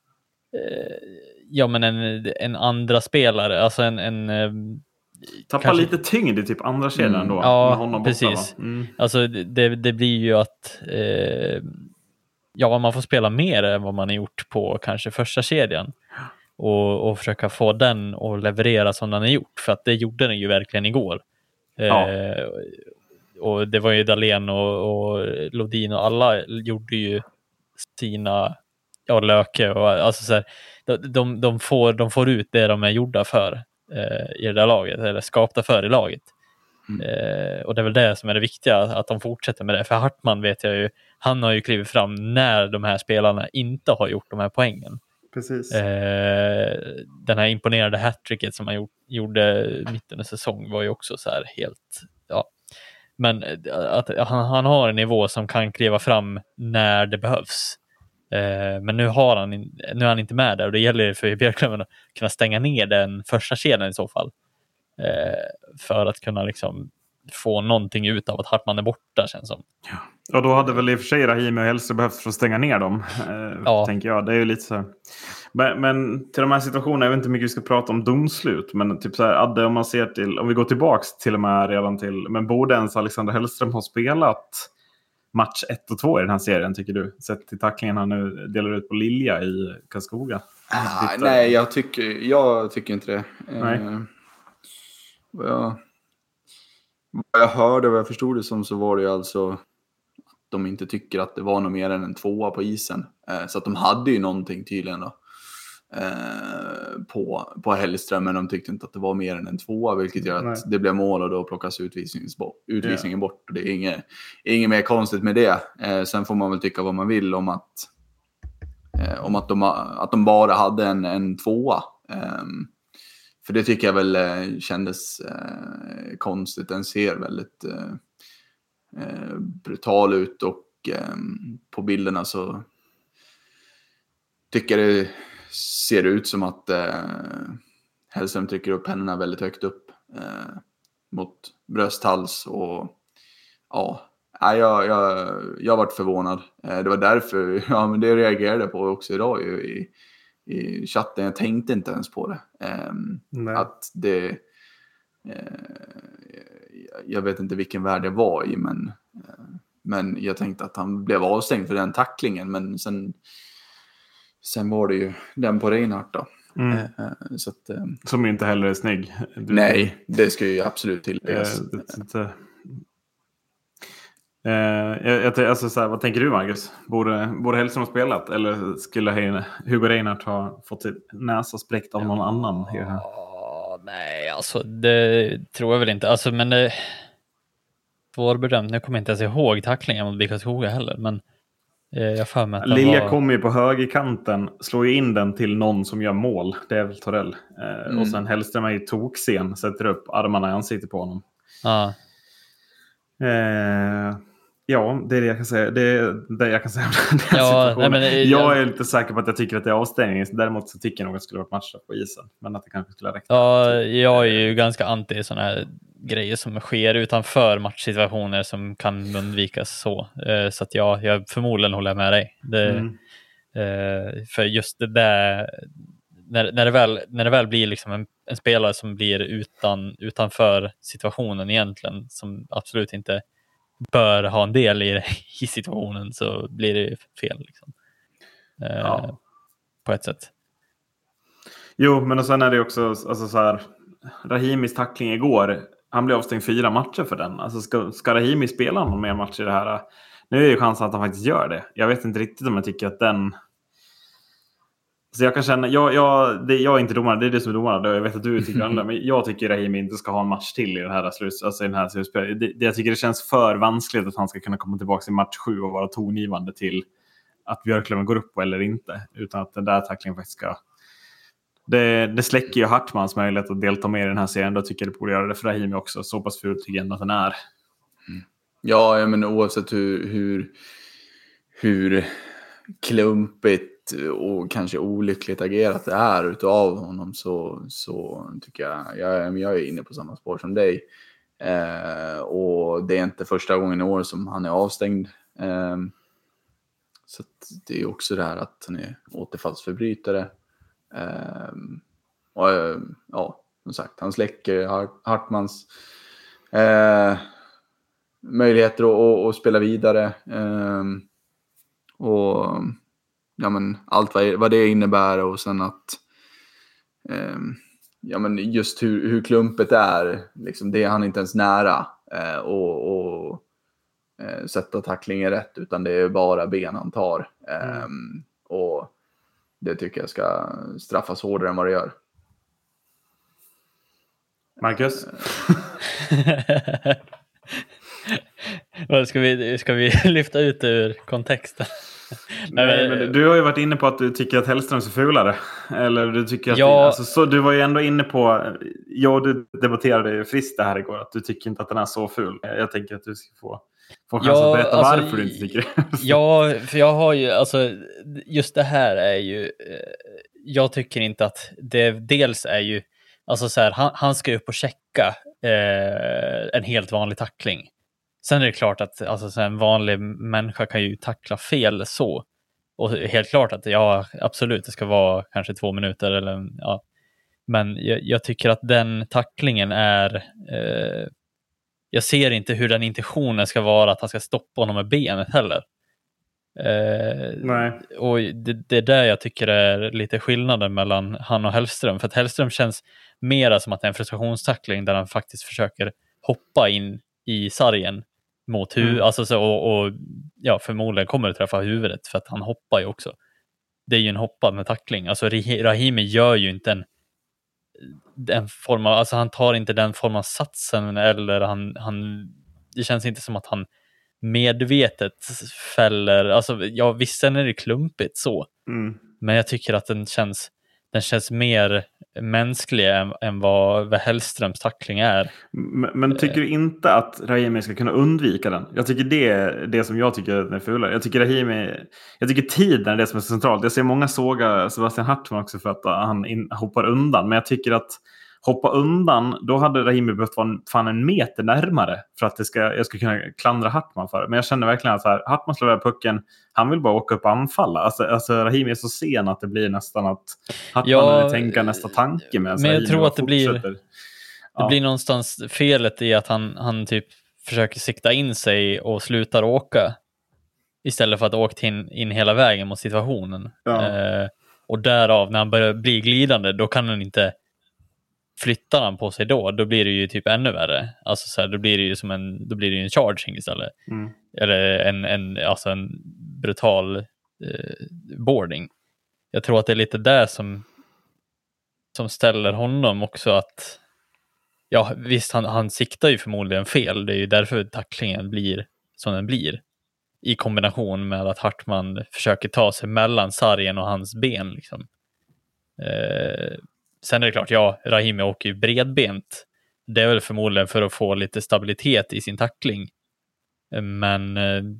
en andra spelare, alltså tappar kanske lite tyngd i typ andra kedjan ändå. Ja, med honom precis. Alltså det blir ju att man får spela mer än vad man har gjort på kanske första kedjan. Och försöka få den att leverera som den har gjort. För att det gjorde den ju verkligen igår. Och det var ju Dahlén och Lodin och alla gjorde ju sina Löke och alltså så här, de får ut det de är gjorda för i det där laget, eller skapta för i laget. Och det är väl det som är det viktiga, att de fortsätter med det. För Hartman vet jag ju, han har ju klivit fram när de här spelarna inte har gjort de här poängen. Precis. Den här imponerande hattricket som han gjorde mitten av säsong var ju också så här helt, men att han har en nivå som kan kliva fram när det behövs. Men nu är han inte med där, och det gäller för Björklöven att kunna stänga ner den första kedjan i så fall, för att kunna få någonting ut av att Hartman är borta, känns som. Ja. Och då hade väl i och för sig Rahimi och Hellström behövt för att stänga ner dem, tänker jag. Det är ju lite så här. Men till de här situationerna, jag vet inte hur mycket vi ska prata om domslut, men typ så här, Adde, om vi går tillbaks till och med redan till, men borde ens Alexander Hellström ha spelat match 1 och 2 i den här serien, tycker du? Sett till tacklingen han nu delar ut på Lilja i Karlskoga. Nej, jag tycker inte det. Nej. Vad jag hörde, vad jag förstod det som, så var det ju alltså att de inte tycker att det var något mer än en 2 på isen. Så att de hade ju någonting tydligen då. på Hellström, men de tyckte inte att det var mer än en 2, vilket gör att det blev mål och då plockas utvisningen bort. Och det är inget mer konstigt med det. Sen får man väl tycka vad man vill om att de bara hade en 2. För det tycker jag väl kändes konstigt. Den ser väldigt brutal ut, och på bilderna så tycker det ser ut som att Hellström trycker upp händerna väldigt högt upp mot brösthals, och jag varit förvånad. Det var därför men det reagerade på också idag i chatten. Jag tänkte inte ens på det. Att det jag vet inte vilken värld jag var i, men jag tänkte att han blev avstängd för den tacklingen, men sen var det ju den på Reinhardt då. Så att, som inte heller är snygg. Nej, det ska ju absolut tilläggas. Alltså, så här, vad tänker du, Marcus? Borde Hellström ha spelat, eller skulle Hugo Reinhardt ha fått sitt näsa spräckt av någon annan? Nej, alltså det tror jag väl inte. Alltså, men det svårbedömt. Nu kommer jag inte ens ihåg tacklingen mot Bikaskoga heller, men jag får med att Lilja kommer ju på högerkanten, slår ju in den till någon som gör mål. Det är väl Torell. Och sen Hellström är ju toksen, sätter upp armarna i ansiktet på honom. Ja, det är det jag kan säga. Det är det jag kan säga om den situationen. Jag är lite säker på att jag tycker att det är avstängning. Däremot så tycker jag nog att det skulle vara matchat på isen. Men att det kanske skulle räcka. Ja, jag är ju ganska anti sådana här grejer som sker utanför matchsituationer som kan undvikas så. Så att jag förmodligen håller med dig. För just det där, när det väl blir liksom en spelare som blir utanför situationen egentligen, som absolut inte bör ha en del i situationen, så blir det fel liksom. På ett sätt. Jo, men och sen är det också alltså så här, Rahimis tackling igår, han blev avstängd 4 matcher för den. Alltså ska Rahimi spela någon mer match i det här? Nu är det chansen att han faktiskt gör det. Jag vet inte riktigt om jag tycker att den... Så jag kan känna, jag är inte domare, det är det som är domare. Jag vet att du tycker andra, men jag tycker Rahimi inte ska ha en match till i den här slutspelet. Jag tycker det känns för vanskligt att han ska kunna komma tillbaka i match 7 och vara tongivande till att Björklöven går upp eller inte. Utan att den där tacklingen faktiskt ska... Det släcker ju Hartmans möjlighet att delta med i den här serien. Då tycker jag det borde göra det för Rahimi också. Så pass fult tycker jag ändå att den är. Ja, men oavsett hur klumpigt och kanske olyckligt agerat det är utav honom, så tycker jag är inne på samma spår som dig. Och det är inte första gången i år som han är avstängd. Så det är också det här att han är återfallsförbrytare. Och som sagt, han släcker Hartmans möjligheter att spela vidare. Och men allt vad det innebär, och sen att men just hur klumpet är liksom, det är han inte ens nära och sätta tacklingen rätt, utan det är bara ben han tar. Och det tycker jag ska straffas hårdare än vad det gör. Marcus? Ska vi lyfta ut ur kontexten? Nej, men du har ju varit inne på att du tycker att Hellström är så fulare. Eller du tycker att så du var ju ändå inne på, du debatterade ju friskt det här igår, att du tycker inte att den är så ful. Jag tänker att du ska få chans att berätta varför du inte tycker det. Ja, för jag har ju, alltså just det här är ju, jag tycker inte att det dels är ju, alltså så här, han ska upp och checka en helt vanlig tackling. Sen är det klart att alltså, så en vanlig människa kan ju tackla fel så. Och helt klart att absolut, det ska vara kanske 2 minuter eller ja. Men jag tycker att den tacklingen är jag ser inte hur den intentionen ska vara att han ska stoppa honom med benet heller. Nej. Och det är där jag tycker är lite skillnaden mellan han och Hellström. För att Hellström känns mera som att det är en frustrationstackling där han faktiskt försöker hoppa in i sargen mot huvudet. Alltså så, och förmodligen kommer det träffa huvudet, för att han hoppar ju också. det är ju en hoppad med tackling. Alltså Rahimi gör ju inte en form av, alltså han tar inte den form av satsen, eller han det känns inte som att han medvetet fäller, alltså ja, visst sen är det klumpigt så, men jag tycker att den känns mer mänsklig än vad Hellströms tackling är. Men tycker du inte att Rahimi ska kunna undvika den? Jag tycker det är det som jag tycker är fulare. Jag tycker tiden är det som är centralt. Jag ser många såga Sebastian Hartman också för att han hoppar undan. Men jag tycker att hoppa undan, då hade Rahimi behövt vara fan en meter närmare för att jag ska kunna klandra Hartman för det. Men jag känner verkligen att så här, Hartman slår över pucken, han vill bara åka upp och anfalla. Alltså Rahimi är så sen att det blir nästan att Hartman vill tänka nästa tanke med. Men jag tror att det blir någonstans felet i att han typ försöker sikta in sig och slutar åka istället för att åka in hela vägen mot situationen. Och därav, när han börjar bli glidande, då kan han inte flyttar han på sig då blir det ju typ ännu värre. Alltså så här, då blir det ju en charging istället. Eller en brutal boarding. Jag tror att det är lite där som ställer honom också, att ja, visst han siktar ju förmodligen fel. Det är ju därför tacklingen blir som den blir. I kombination med att Hartman försöker ta sig mellan sargen och hans ben liksom. Sen är det klart, Rahimi åker ju bredbent. Det är väl förmodligen för att få lite stabilitet i sin tackling. Men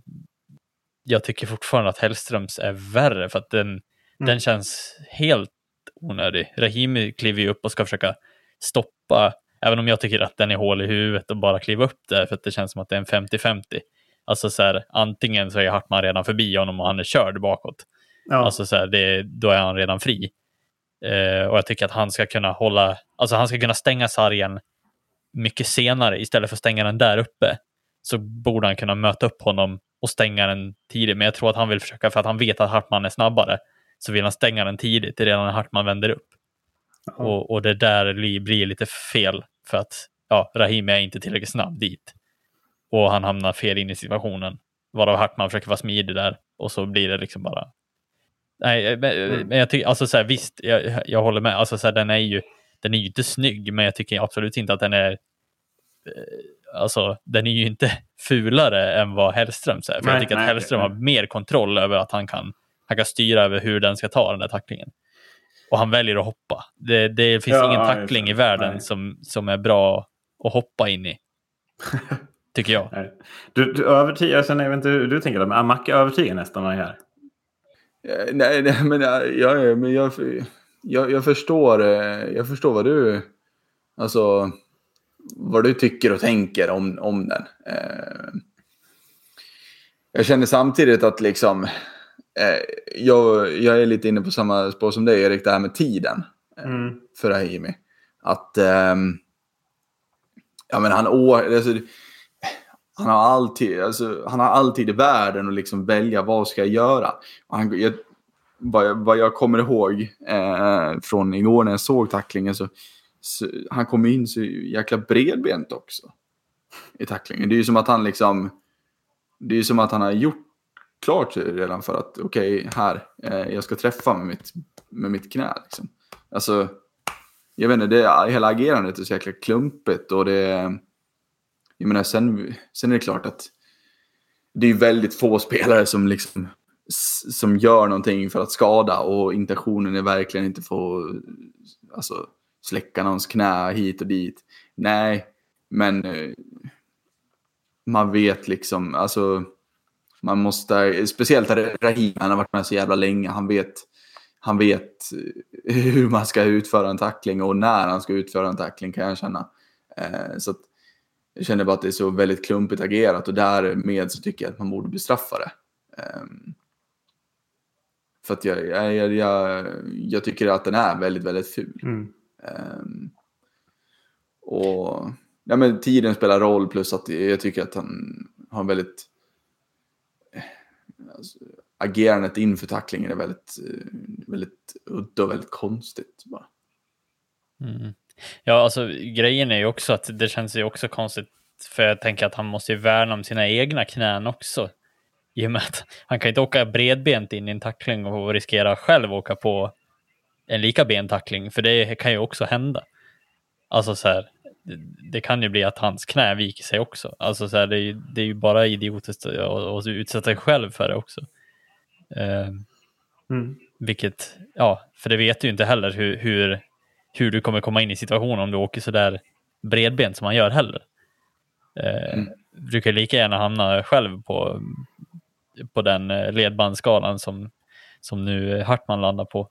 jag tycker fortfarande att Hellströms är värre, för att den känns helt onödig. Rahimi kliver ju upp och ska försöka stoppa, även om jag tycker att den är hål i huvudet och bara kliva upp där, för att det känns som att det är en 50-50. Alltså så här, antingen så är Hartman redan förbi honom och han är körd bakåt. Alltså så här, då är han redan fri. Och jag tycker att han ska kunna han ska kunna stänga sargen mycket senare istället för att stänga den där uppe. Så borde han kunna möta upp honom och stänga den tidigt. Men jag tror att han vill försöka, för att han vet att Hartman är snabbare, så vill han stänga den tidigt redan när Hartman vänder upp. Och det där blir lite fel, för att Rahimi är inte tillräckligt snabb dit. Och han hamnar fel in i situationen, varav Hartman försöker vara smidig där, och så blir det liksom bara... Nej, men jag tycker, alltså så här, visst, jag håller med. Alltså så här, den är ju inte snygg, men jag tycker absolut inte att den är den är ju inte fulare än vad Hellströms är. För jag tycker att Hellström har mer kontroll över att han kan styra över hur den ska ta den där tacklingen. Och han väljer att hoppa. Det finns ingen tackling i världen som är bra att hoppa in i. Tycker jag. Du övertygar, sen jag vet inte hur du tänker, men Macke övertygar nästan mig här. Nej, men jag förstår vad du, alltså vad du tycker och tänker om den. Jag känner samtidigt att liksom jag är lite inne på samma spår som dig, Erik, det här med tiden för Rahimi. Att men han har alltid i världen att liksom välja vad ska jag göra. Vad jag kommer ihåg från igår när jag såg tacklingen, så han kom in så jäkla bredbent också i tacklingen. Det är ju som att han liksom, det är ju som att han har gjort klart redan för att okej, här jag ska träffa med mitt knä liksom. Alltså jag vet inte, hela agerandet är så jäkla klumpigt, och jag menar, sen är det klart att det är väldigt få spelare som gör någonting för att skada, och intentionen är verkligen inte få släcka någons knä hit och dit. Nej, men man vet liksom, alltså man måste, speciellt Rahim, han har varit med så jävla länge, han vet hur man ska utföra en tackling och när han ska utföra en tackling, kan jag känna. Så att jag känner bara att det är så väldigt klumpigt agerat, och därmed så tycker jag att man borde bestraffa det. För att jag tycker att den är väldigt, väldigt ful. Och men tiden spelar roll, plus att jag tycker att han har väldigt agerandet inför tacklingen är väldigt, väldigt udda och väldigt konstigt bara. Ja, alltså grejen är ju också att det känns ju också konstigt, för jag tänker att han måste ju värna om sina egna knän också. i och med att han kan inte åka bredbent in i en tackling och riskera själv åka på en lika bentackling, för det kan ju också hända. Alltså så här, det kan ju bli att hans knä viker sig också. Alltså så här, det är ju bara idiotiskt att utsätta sig själv för det också. Vilket, ja, för det vet du ju inte heller hur du kommer komma in i situationen om du åker så där bredbent som man gör heller. Du kan lika gärna hamna själv på den ledbandsskalan som nu Hartman landar på.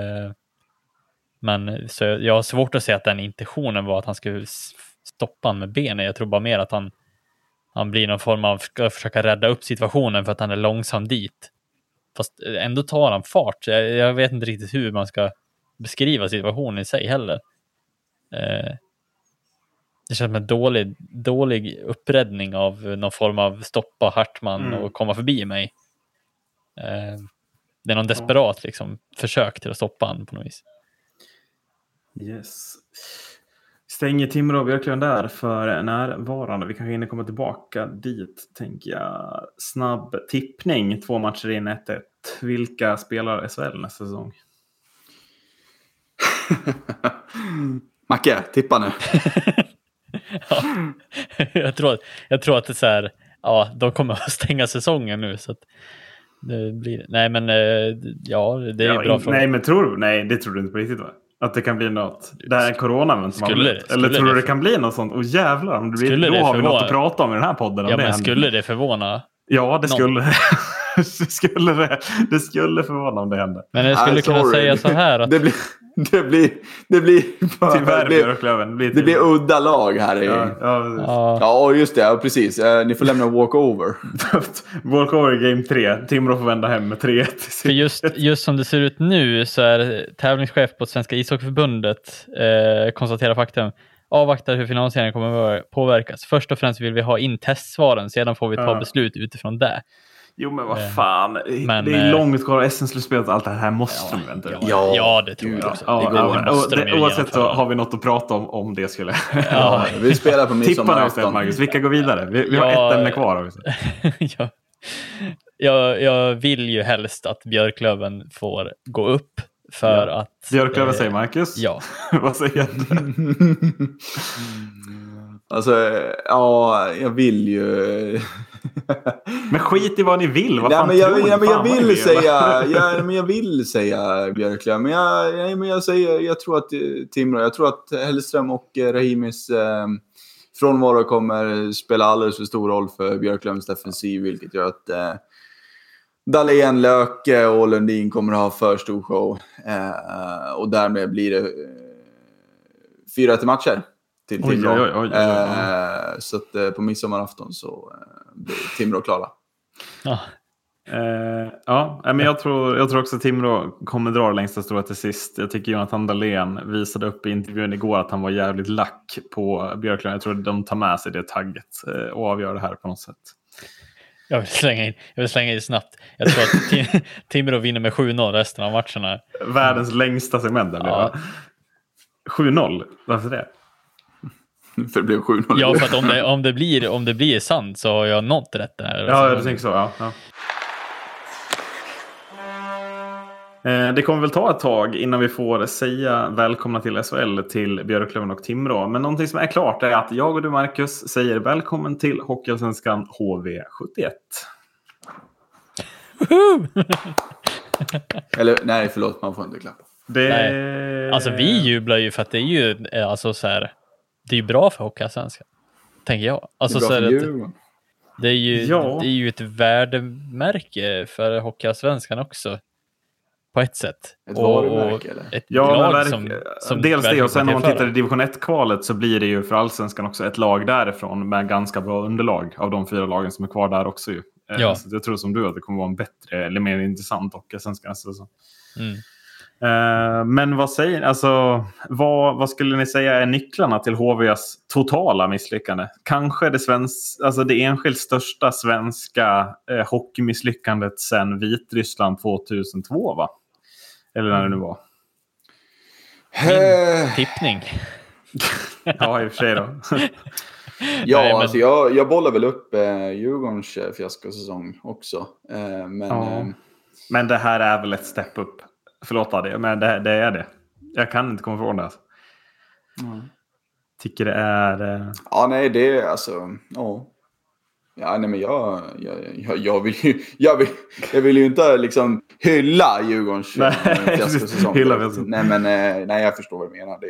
Men så jag har svårt att säga att den intentionen var att han skulle stoppa han med benen. Jag tror bara mer att han blir någon form av ska försöka rädda upp situationen för att han är långsam dit. Fast ändå tar han fart. Jag vet inte riktigt hur man ska beskriva situationen i sig heller. Det känns som en dålig uppräddning av någon form av stoppa Hartman och komma förbi mig. Det är någon desperat liksom, försök till att stoppa han på något vis. Yes. Stänger Timrå och Björklöven där för närvarande. Vi kanske hinner komma tillbaka dit, tänker jag. Snabb tippning, 2 matcher in, 1-1. Vilka spelar SHL nästa säsong? Macke, tippa nu. Ja, jag tror att det är så här, ja, de kommer att stänga säsongen nu så att det blir, nej men ja, det är bra fråga. Nej, men det tror du inte på riktigt, va? Att det kan bli något, det här är coronan som eller tror du det kan bli något sånt? Jävlar, om det blir, då har vi något att prata om i den här podden. Ja, men skulle det förvåna? Ja, det skulle det skulle förvåna om det hände. Men jag skulle kunna säga så här att det blir tyvärr Björklöven. Det blir udda lag här i. Ja, just det, ja, precis. Ni får lämna walkover. Walkover i game 3. Timrå får vända hem med 3-1. För just som det ser ut nu så är tävlingschef på Svenska ishockeyförbundet konstaterar faktum. Avvaktar hur finansieringen kommer att påverkas. Först och främst vill vi ha in testsvaren, sedan får vi ta beslut utifrån det. Jo, men vad fan. Men, det är långt kvar. SM-slutspelet och allt det här måste de vänta. Ja, det tror jag också. Oavsett så har vi något att prata om det skulle. Vi spelar på midsommar. Tippa nu, Marcus. Vilka går vidare? Vi har ett ämne kvar. Jag vill ju helst att Björklöven får gå upp för att... Björklöven säger Marcus? Ja. Vad säger du? Alltså, ja, jag vill ju... Men skit i vad ni vill. Vad fan jag vill säga Björklöven. Men jag tror att Timrå, jag tror att Hellström och Rahimis frånvaro kommer spela alldeles för stor roll för Björklövens defensiv, vilket gör att Dahlén, Löke och Lundin kommer att ha för stor show. Och därmed blir det 4-1 matcher till Timrå. Så att på midsommarafton så blir Timrå klara. Men jag tror också att Timrå kommer dra det längsta stora till sist. Jag tycker Jonathan Dahlén visade upp i intervjun igår att han var jävligt lack på Björklöven. Jag tror att de tar med sig det tagget och avgör det här på något sätt. Jag vill slänga in snabbt. Jag tror att Timrå vinner med 7-0 resten av matcherna. Världens längsta segment. Ja. 7-0? Varför det? För det blev 7-0. Ja, för att om det blir sant så har jag nått rätt där. Ja, jag tänker så. Ja. Det kommer väl ta ett tag innan vi får säga välkomna till SHL till Björklöven och Timrå. Men någonting som är klart är att jag och du, Marcus, säger välkommen till Hockeyallsvenskan HV71. Eller nej, förlåt, man får inte klappa. Alltså vi jublar ju för att det är ju alltså så här, det är ju bra för Hockeyallsvenskan, tänker jag. Alltså så det är ju ett värdemärke för Hockeyallsvenskan också. På ett sätt. Ett varumärke eller? Ett lag som dels det, och sen om man tittar i division 1-kvalet så blir det ju för Allsvenskan också ett lag därifrån med ganska bra underlag av de 4 lagen som är kvar där också ju. Så jag tror som du att det kommer vara en bättre eller mer intressant Hockeyallsvenskan. Alltså. Men vad skulle ni säga är nycklarna till HVs totala misslyckande? Kanske det enskilt största svenska hockeymisslyckandet sedan Vitryssland 2002, va? Eller när det nu var. Tippning. Ja, i och för sig då. Ja, Nej, men... alltså jag bollar väl upp Djurgårdens fiaskosäsong också. Men det här är väl ett step upp. Förlåt det, men det är det. Jag kan inte komma ifrån det. Alltså. Tycker det är... Ja, nej, det är alltså... Ja. Ja, nej, men jag vill ju inte liksom hylla Djurgårdens fiaskosäsong. Nej, men nej, jag förstår vad du menar.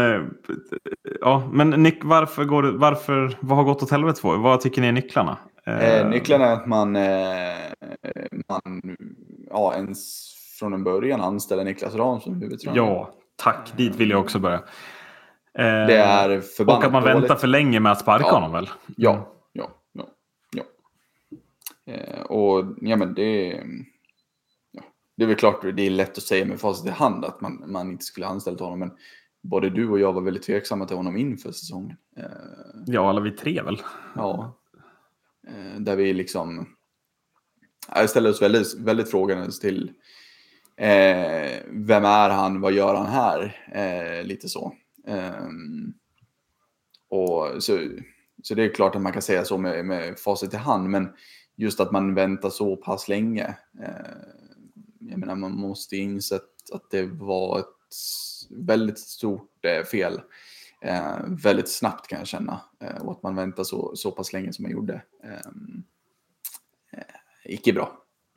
Men Nick, vad har gått åt helvete för? Vad tycker ni är nycklarna? Nycklarna är att man ens från en början anställer Niklas Ram som huvudtränare. Ja, tack. Dit vill jag också börja. Det är förbannat och att man väntar för länge med att sparka honom väl? Ja. Och ja, men det är väl klart, det är lätt att säga med facit i hand att man inte skulle ha anställt honom, men både du och jag var väldigt tveksamma till honom inför säsongen. Ja, alla vi tre väl. Ja. Där vi liksom ställer oss väldigt, väldigt frågande till vem är han, vad gör han här? Lite så. Och så det är klart att man kan säga så med facit i hand, men just att man väntar så pass länge. Jag menar, man måste inse att det var ett väldigt stort fel. Väldigt snabbt kan jag känna. Och att man väntar så pass länge som man gjorde. Icke bra.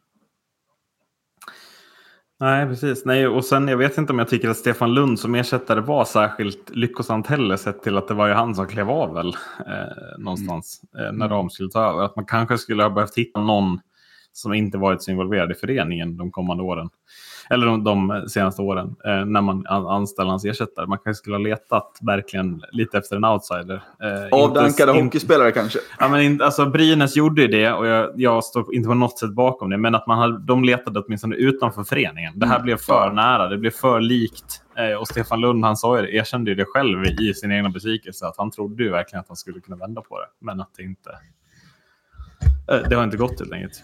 Nej, precis. Nej, och sen jag vet inte om jag tycker att Stefan Lund som ersättare var särskilt lyckosamt heller, sett till att det var ju han som klev av väl någonstans när de skulle ta över. Att man kanske skulle ha behövt hitta någon som inte varit så involverad i föreningen de kommande åren. Eller de senaste åren när man anställer hans ersättare. Man kanske skulle ha letat verkligen lite efter en outsider. Avdankade hockeyspelare kanske. Ja, men alltså Brynäs gjorde ju det och jag står inte på något sätt bakom det. Men att de letade åtminstone utanför föreningen. Det här blev för nära, det blev för likt. Och Stefan Lund, han erkände ju det själv i sin egna besvikelse. Att han trodde ju verkligen att han skulle kunna vända på det. Men att det har inte gått helt enkelt.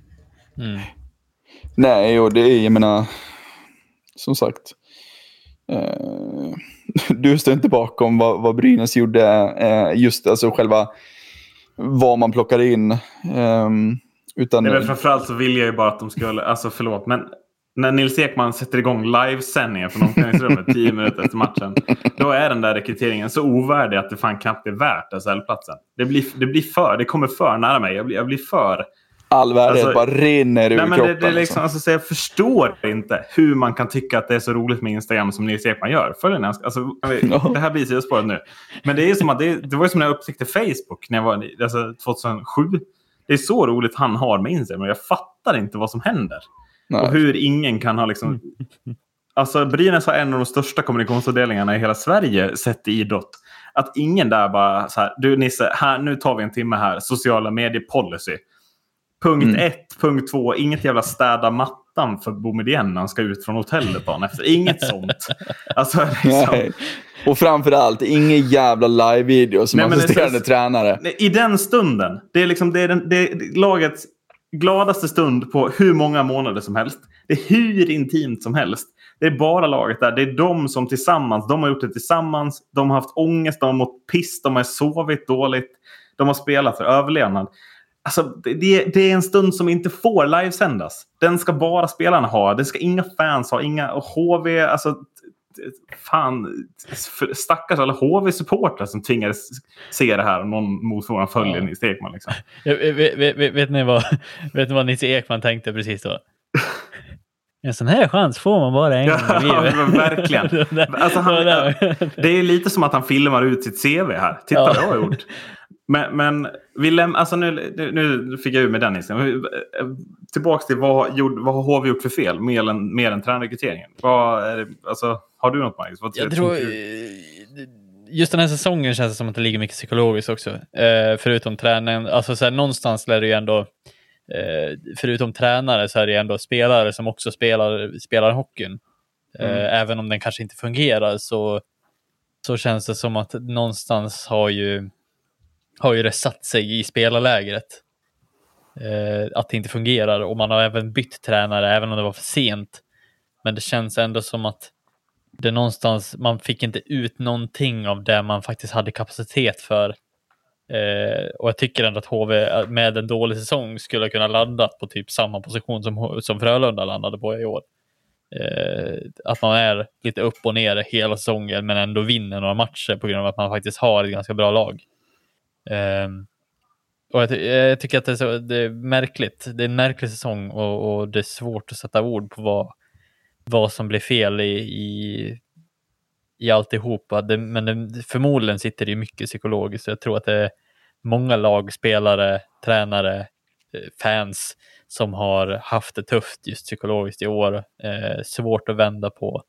Nej, och det är, jag menar, som sagt, du står inte bakom vad Brynäs gjorde, just alltså själva vad man plockar in. Utan... Nej, men framförallt så vill jag ju bara att de skulle, alltså förlåt, men när Nils Ekman sätter igång livesändningen från omklädningsrummet 10 minuter efter matchen, då är den där rekryteringen så ovärdig att det fan knappt är värt SHL-platsen. Det kommer för nära mig, jag blir för... All värdighet bara rinner ur kroppen. Det är liksom, alltså, jag förstår inte hur man kan tycka att det är så roligt med Instagram som Nils Ekman gör. Det här blir sidospåret nu. Men det är som att det var ju som när jag upptäckte Facebook när jag var 2007. Det är så roligt han har med Instagram. Jag fattar inte vad som händer. Nej. Och hur ingen kan ha liksom... Alltså Brynäs har en av de största kommunikationsavdelningarna i hela Sverige sett i idrott. Att ingen där bara så här, du Nisse, nu tar vi en timme här, sociala medier policy. Punkt 1, punkt 2, inget jävla städa mattan för Boumedienne när han ska ut från hotellet dagen efter. Inget sånt. Alltså, liksom... Och framförallt, ingen jävla live-video som assisterande tränare. I den stunden, det är liksom det är lagets gladaste stund på hur många månader som helst. Det är hur intimt som helst. Det är bara laget där. Det är de som tillsammans, de har gjort det tillsammans. De har haft ångest, de har mått piss, de har sovit dåligt. De har spelat för överlevnad. Alltså, det är en stund som inte får livesändas. Den ska bara spelarna ha. Det ska inga fans ha. Inga HV, alltså fan, stackars alla HV-supportrar som tvingades se det här och någon motsvarande följer Nils Ekman liksom. Vet ni vad Nils Ekman tänkte precis då? En sån här chans får man bara en gång i livet. Ja, verkligen. Alltså, det är lite som att han filmar ut sitt CV här. Titta vad jag har gjort. Men alltså nu fick jag ur med Dennis. Tillbaka till vad har HV gjort för fel? Mer än tränarrekryteringen. Alltså, har du något, Magnus? Jag tror just den här säsongen känns det som att det ligger mycket psykologiskt också. Förutom träningen. Alltså så här, någonstans är det ju ändå förutom tränare så är det ändå spelare som också spelar hockeyn. Även om den kanske inte fungerar så känns det som att någonstans har ju det satt sig i spelarlägret att det inte fungerar, och man har även bytt tränare även om det var för sent, men det känns ändå som att det någonstans, man fick inte ut någonting av det man faktiskt hade kapacitet för Och jag tycker ändå att HV med en dålig säsong skulle kunna landa på typ samma position som Frölunda landade på i år. Att man är lite upp och ner hela säsongen men ändå vinner några matcher på grund av att man faktiskt har ett ganska bra lag. Och jag tycker att det är märkligt. Det är en märklig säsong och det är svårt att sätta ord på vad som blir fel i alltihopa. Men förmodligen sitter det mycket psykologiskt. Jag tror att det är många lag, spelare, tränare, fans som har haft det tufft just psykologiskt i år. Svårt att vända på.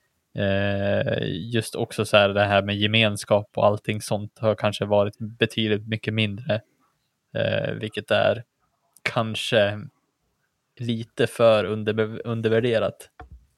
Just också så här, det här med gemenskap och allting sånt har kanske varit betydligt mycket mindre. Vilket är kanske lite för undervärderat.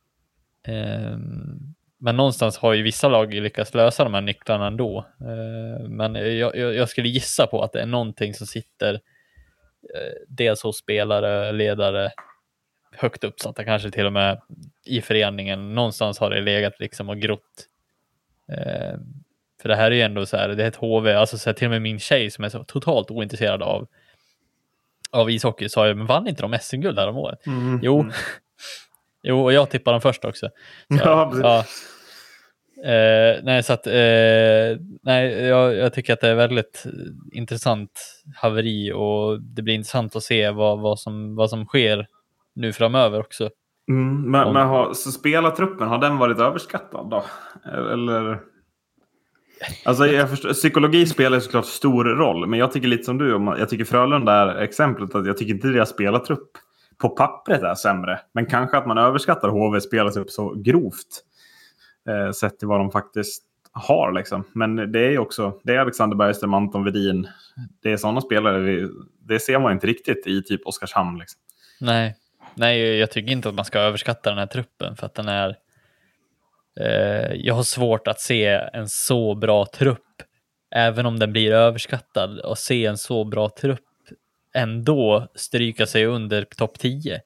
Men någonstans har ju vissa lag lyckats lösa de här nycklarna ändå. Men jag skulle gissa på att det är någonting som sitter dels hos spelare, ledare, högt uppsatta, kanske till och med i föreningen. Någonstans har det legat liksom och grott. För det här är ju ändå så här, det är ett HV, alltså så här, till och med min tjej som är så totalt ointresserad av ishockey sa ju, men vann inte de SM-guld här om året? Jo, och jag tippar dem först också. Så, ja. Nej, så att nej, jag tycker att det är väldigt intressant haveri och det blir intressant att se vad som sker nu framöver också. Men så spelartruppen, har den varit överskattad då? Eller? Alltså jag förstår, psykologi spelar såklart stor roll, men jag tycker lite som du, jag tycker Frölunda är exemplet att jag tycker inte deras spelartrupp på pappret är sämre, men kanske att man överskattar HV spelartrupp så grovt sett till vad de faktiskt har liksom. Men det är ju också, det är Alexander Bergström, Anton Wedin, det är sådana spelare, det ser man inte riktigt i typ Oskarshamn liksom. Nej, jag tycker inte att man ska överskatta den här truppen för att den är jag har svårt att se en så bra trupp även om den blir överskattad och se en så bra trupp ändå stryka sig under topp 10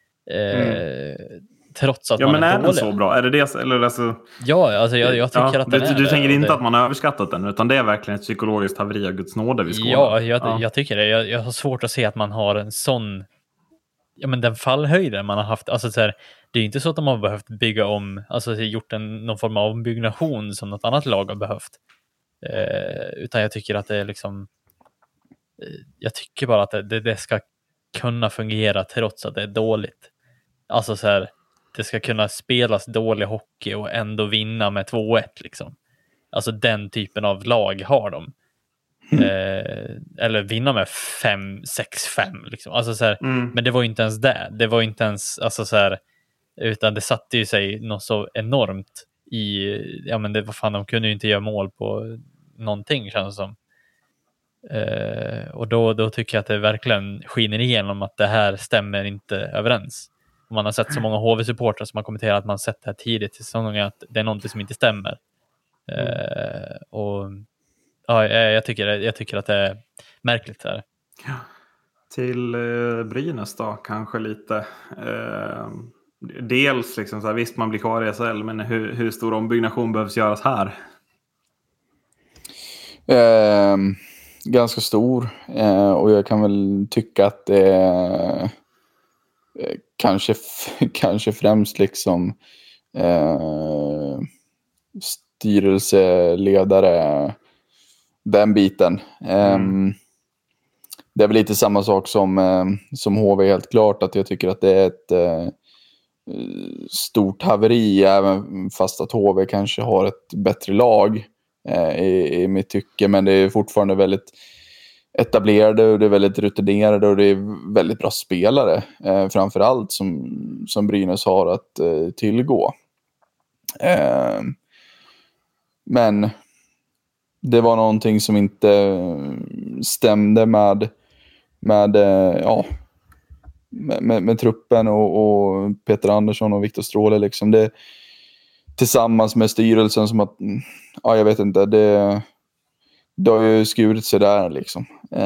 trots att man är dålig. Ja, men är den så bra? Är det det? Eller alltså, ja, alltså jag tycker att den är. Du tänker inte att man har överskattat den, utan det är verkligen ett psykologiskt haveri av Guds nåde vi skådar. Jag tycker det. Jag har svårt att se att man har en sån, ja men den fallhöjden man har haft, alltså så här, det är inte så att de har behövt bygga om, alltså gjort någon form av ombyggnation som något annat lag har behövt. Utan jag tycker att det är liksom, jag tycker bara att det ska kunna fungera trots att det är dåligt. Alltså så här, det ska kunna spelas dålig hockey och ändå vinna med 2-1 liksom. Alltså den typen av lag har de. Eller vinna med 5-6-5 liksom. Alltså så här, men det var ju inte ens det var inte ens, alltså så här, utan det satte ju sig något så enormt i, ja men det var fan, de kunde ju inte göra mål på någonting känns det som. Och då tycker jag att det verkligen skiner igenom att det här stämmer inte överens. Man har sett så många HV-supportrar som har kommenterat att man sett det här tidigt i säsongen att det är någonting som inte stämmer. Och ja, jag tycker att det är märkligt här. Ja. Till Brynäs då kanske lite. Dels liksom så här, visst man blir kvar i SHL, men hur stor ombyggnation behövs göras här? Ganska stor. Och jag kan väl tycka att det är kanske främst liksom styrelseledare, den biten. Det är väl lite samma sak som HV helt klart, att jag tycker att det är ett stort haveri, även fast att HV kanske har ett bättre lag i mitt tycke, men det är fortfarande väldigt etablerade och det är väldigt rutinerade och det är väldigt bra spelare framförallt som Brynäs har att tillgå. Men det var någonting som inte stämde med truppen och Peter Andersson och Viktor Stråle liksom. Det tillsammans med styrelsen som att, ja jag vet inte, det har ju skurit sig där liksom.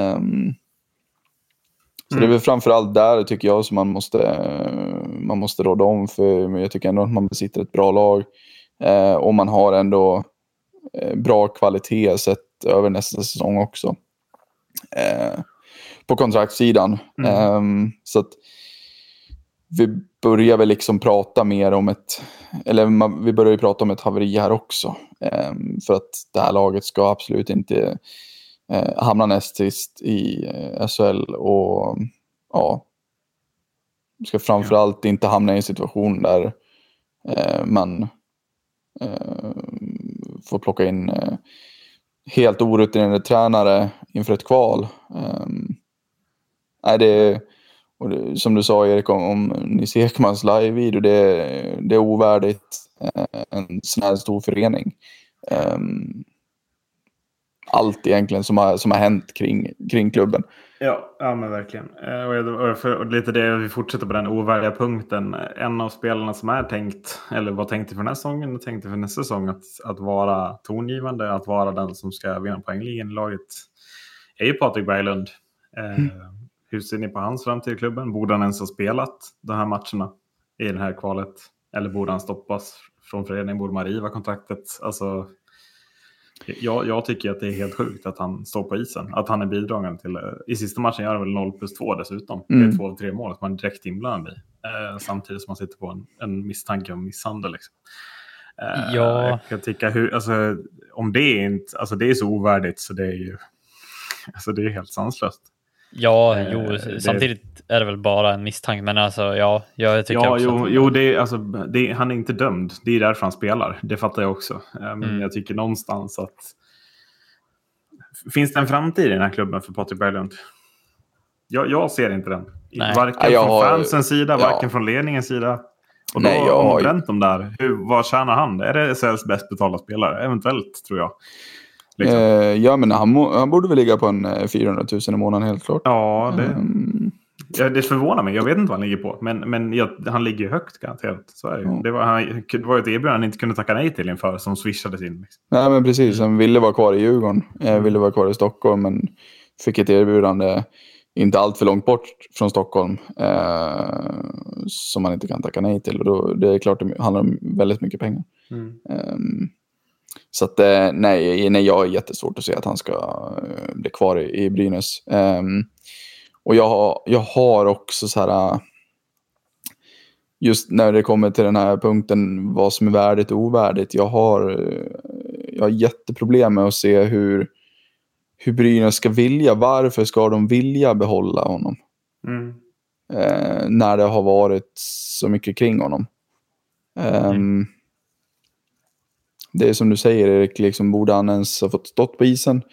Så det är väl framförallt där tycker jag som man måste råda om, för jag tycker ändå att man besitter ett bra lag och man har ändå bra kvalitet sett över nästa säsong också. på kontraktssidan. Så att vi börjar väl liksom prata mer om vi börjar ju prata om ett haveri här också. För att det här laget ska absolut inte hamna näst sist i SHL, och ja, ska framförallt inte hamna i en situation där man får plocka in helt orutinerade tränare inför ett kval. Som du sa, Erik, om Nisse Ekmans live-video, det är ovärdigt en sån här stor förening. Allt egentligen som har hänt kring klubben. Ja, men verkligen. Och lite det, vi fortsätter på den ovärdiga punkten. En av spelarna som är tänkt, eller var tänkt för den här säsongen och tänkte för nästa säsong att vara tongivande, att vara den som ska vinna poängligan i laget, är ju Patrik Berglund. Hur ser ni på hans framtid i klubben? Borde han ens ha spelat de här matcherna i det här kvalet? Eller borde han stoppas från föreningen? Borde man riva kontraktet? Alltså, jag tycker att det är helt sjukt att han står på isen. Att han är bidragande till... I sista matchen gör han väl 0+2 dessutom. Det är 2 av 3 mål som man är direkt inblandad i. Samtidigt som man sitter på en misstanke om misshandel. Liksom. Jag kan tycka om det är inte... Alltså det är så ovärdigt så det är ju... Alltså det är helt sanslöst. Ja, samtidigt är det väl bara en misstanke, men alltså jag tycker också han är inte dömd. Det är därför han spelar. Det fattar jag också. Men jag tycker någonstans att finns det en framtid i den här klubben för Patrik Berglund? Jag ser inte den. Nej. Varken från fansens sida, varken från ledningens sida. Och då har man bränt dem där. Vad tjänar han? Är det SHLs bäst betalda spelare? Eventuellt, tror jag. Liksom. Ja, men han borde väl ligga på en 400 000 i månaden, helt klart. Ja, det förvånar mig. Jag vet inte vad han ligger på. Men han ligger högt, garanterat. Så är det. Ja. Det var ett erbjudande han inte kunde tacka nej till inför, som swishades in. Liksom. Nej, men precis. Han ville vara kvar i Djurgården. Ville vara kvar i Stockholm, men fick ett erbjudande inte allt för långt bort från Stockholm. Som man inte kan tacka nej till. Och då, det är klart, det handlar om väldigt mycket pengar. Så att nej, jag har jättesvårt att se att han ska bli kvar i Brynäs. Och jag har också så här, just när det kommer till den här punkten, vad som är värdigt och ovärdigt. Jag har jätteproblem med att se hur Brynäs ska vilja. Varför ska de vilja behålla honom? När det har varit så mycket kring honom. Det är som du säger, Erik, liksom, borde han ens ha fått stått på isen?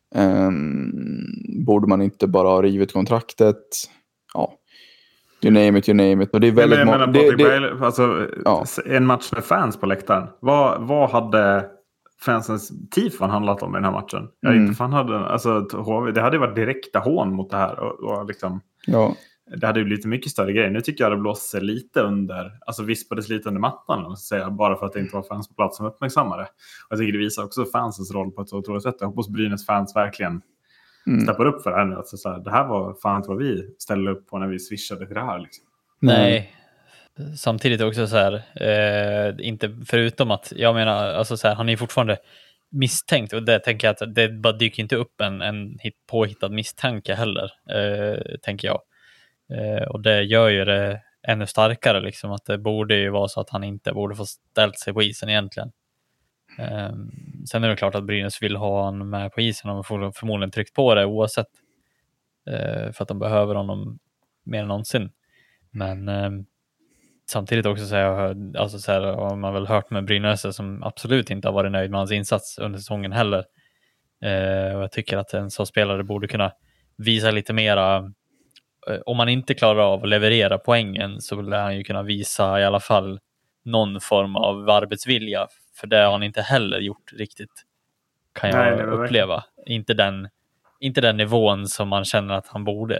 Borde man inte bara ha rivit kontraktet? Ja, you name it. Och det är väldigt en match med fans på läktaren. Vad hade fansens tifon handlat om i den här matchen? Det hade varit direkta hån mot det här. Och liksom... Ja. Det hade ju blivit mycket större grej. Nu tycker jag det blåser lite under, alltså vispades lite under mattan, bara för att det inte var fans på plats som uppmärksammade. Och jag tycker det visar också fansens roll på ett så otroligt sätt. Jag hoppas Brynäs fans verkligen steppar upp för det här nu. Alltså, så här, det här var fan inte vad vi ställde upp på när vi swishade till det här. Liksom. Nej, samtidigt också så här, inte förutom att, jag menar, alltså så här, han är fortfarande misstänkt, och det tänker jag att det bara dyker inte upp en påhittad misstanke heller, tänker jag. Och det gör ju det ännu starkare, liksom, att det borde ju vara så att han inte borde få ställt sig på isen egentligen. Sen är det klart att Brynäs vill ha honom med på isen, och får förmodligen tryckt på det oavsett, för att de behöver honom mer än någonsin. Men samtidigt också så har man väl hört med Brynäs som absolut inte har varit nöjd med hans insats under säsongen heller. Och jag tycker att en sån spelare borde kunna visa lite mera. Om man inte klarar av att leverera poängen, så vill han ju kunna visa i alla fall någon form av arbetsvilja. För det har han inte heller gjort riktigt, kan jag uppleva. Inte den nivån som man känner att han borde.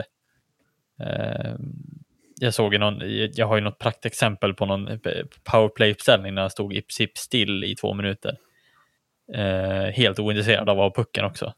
Jag har ju något praktexempel på någon powerplay-uppställning när han stod i princip still i 2 minuter. Helt ointresserad av att ha pucken också.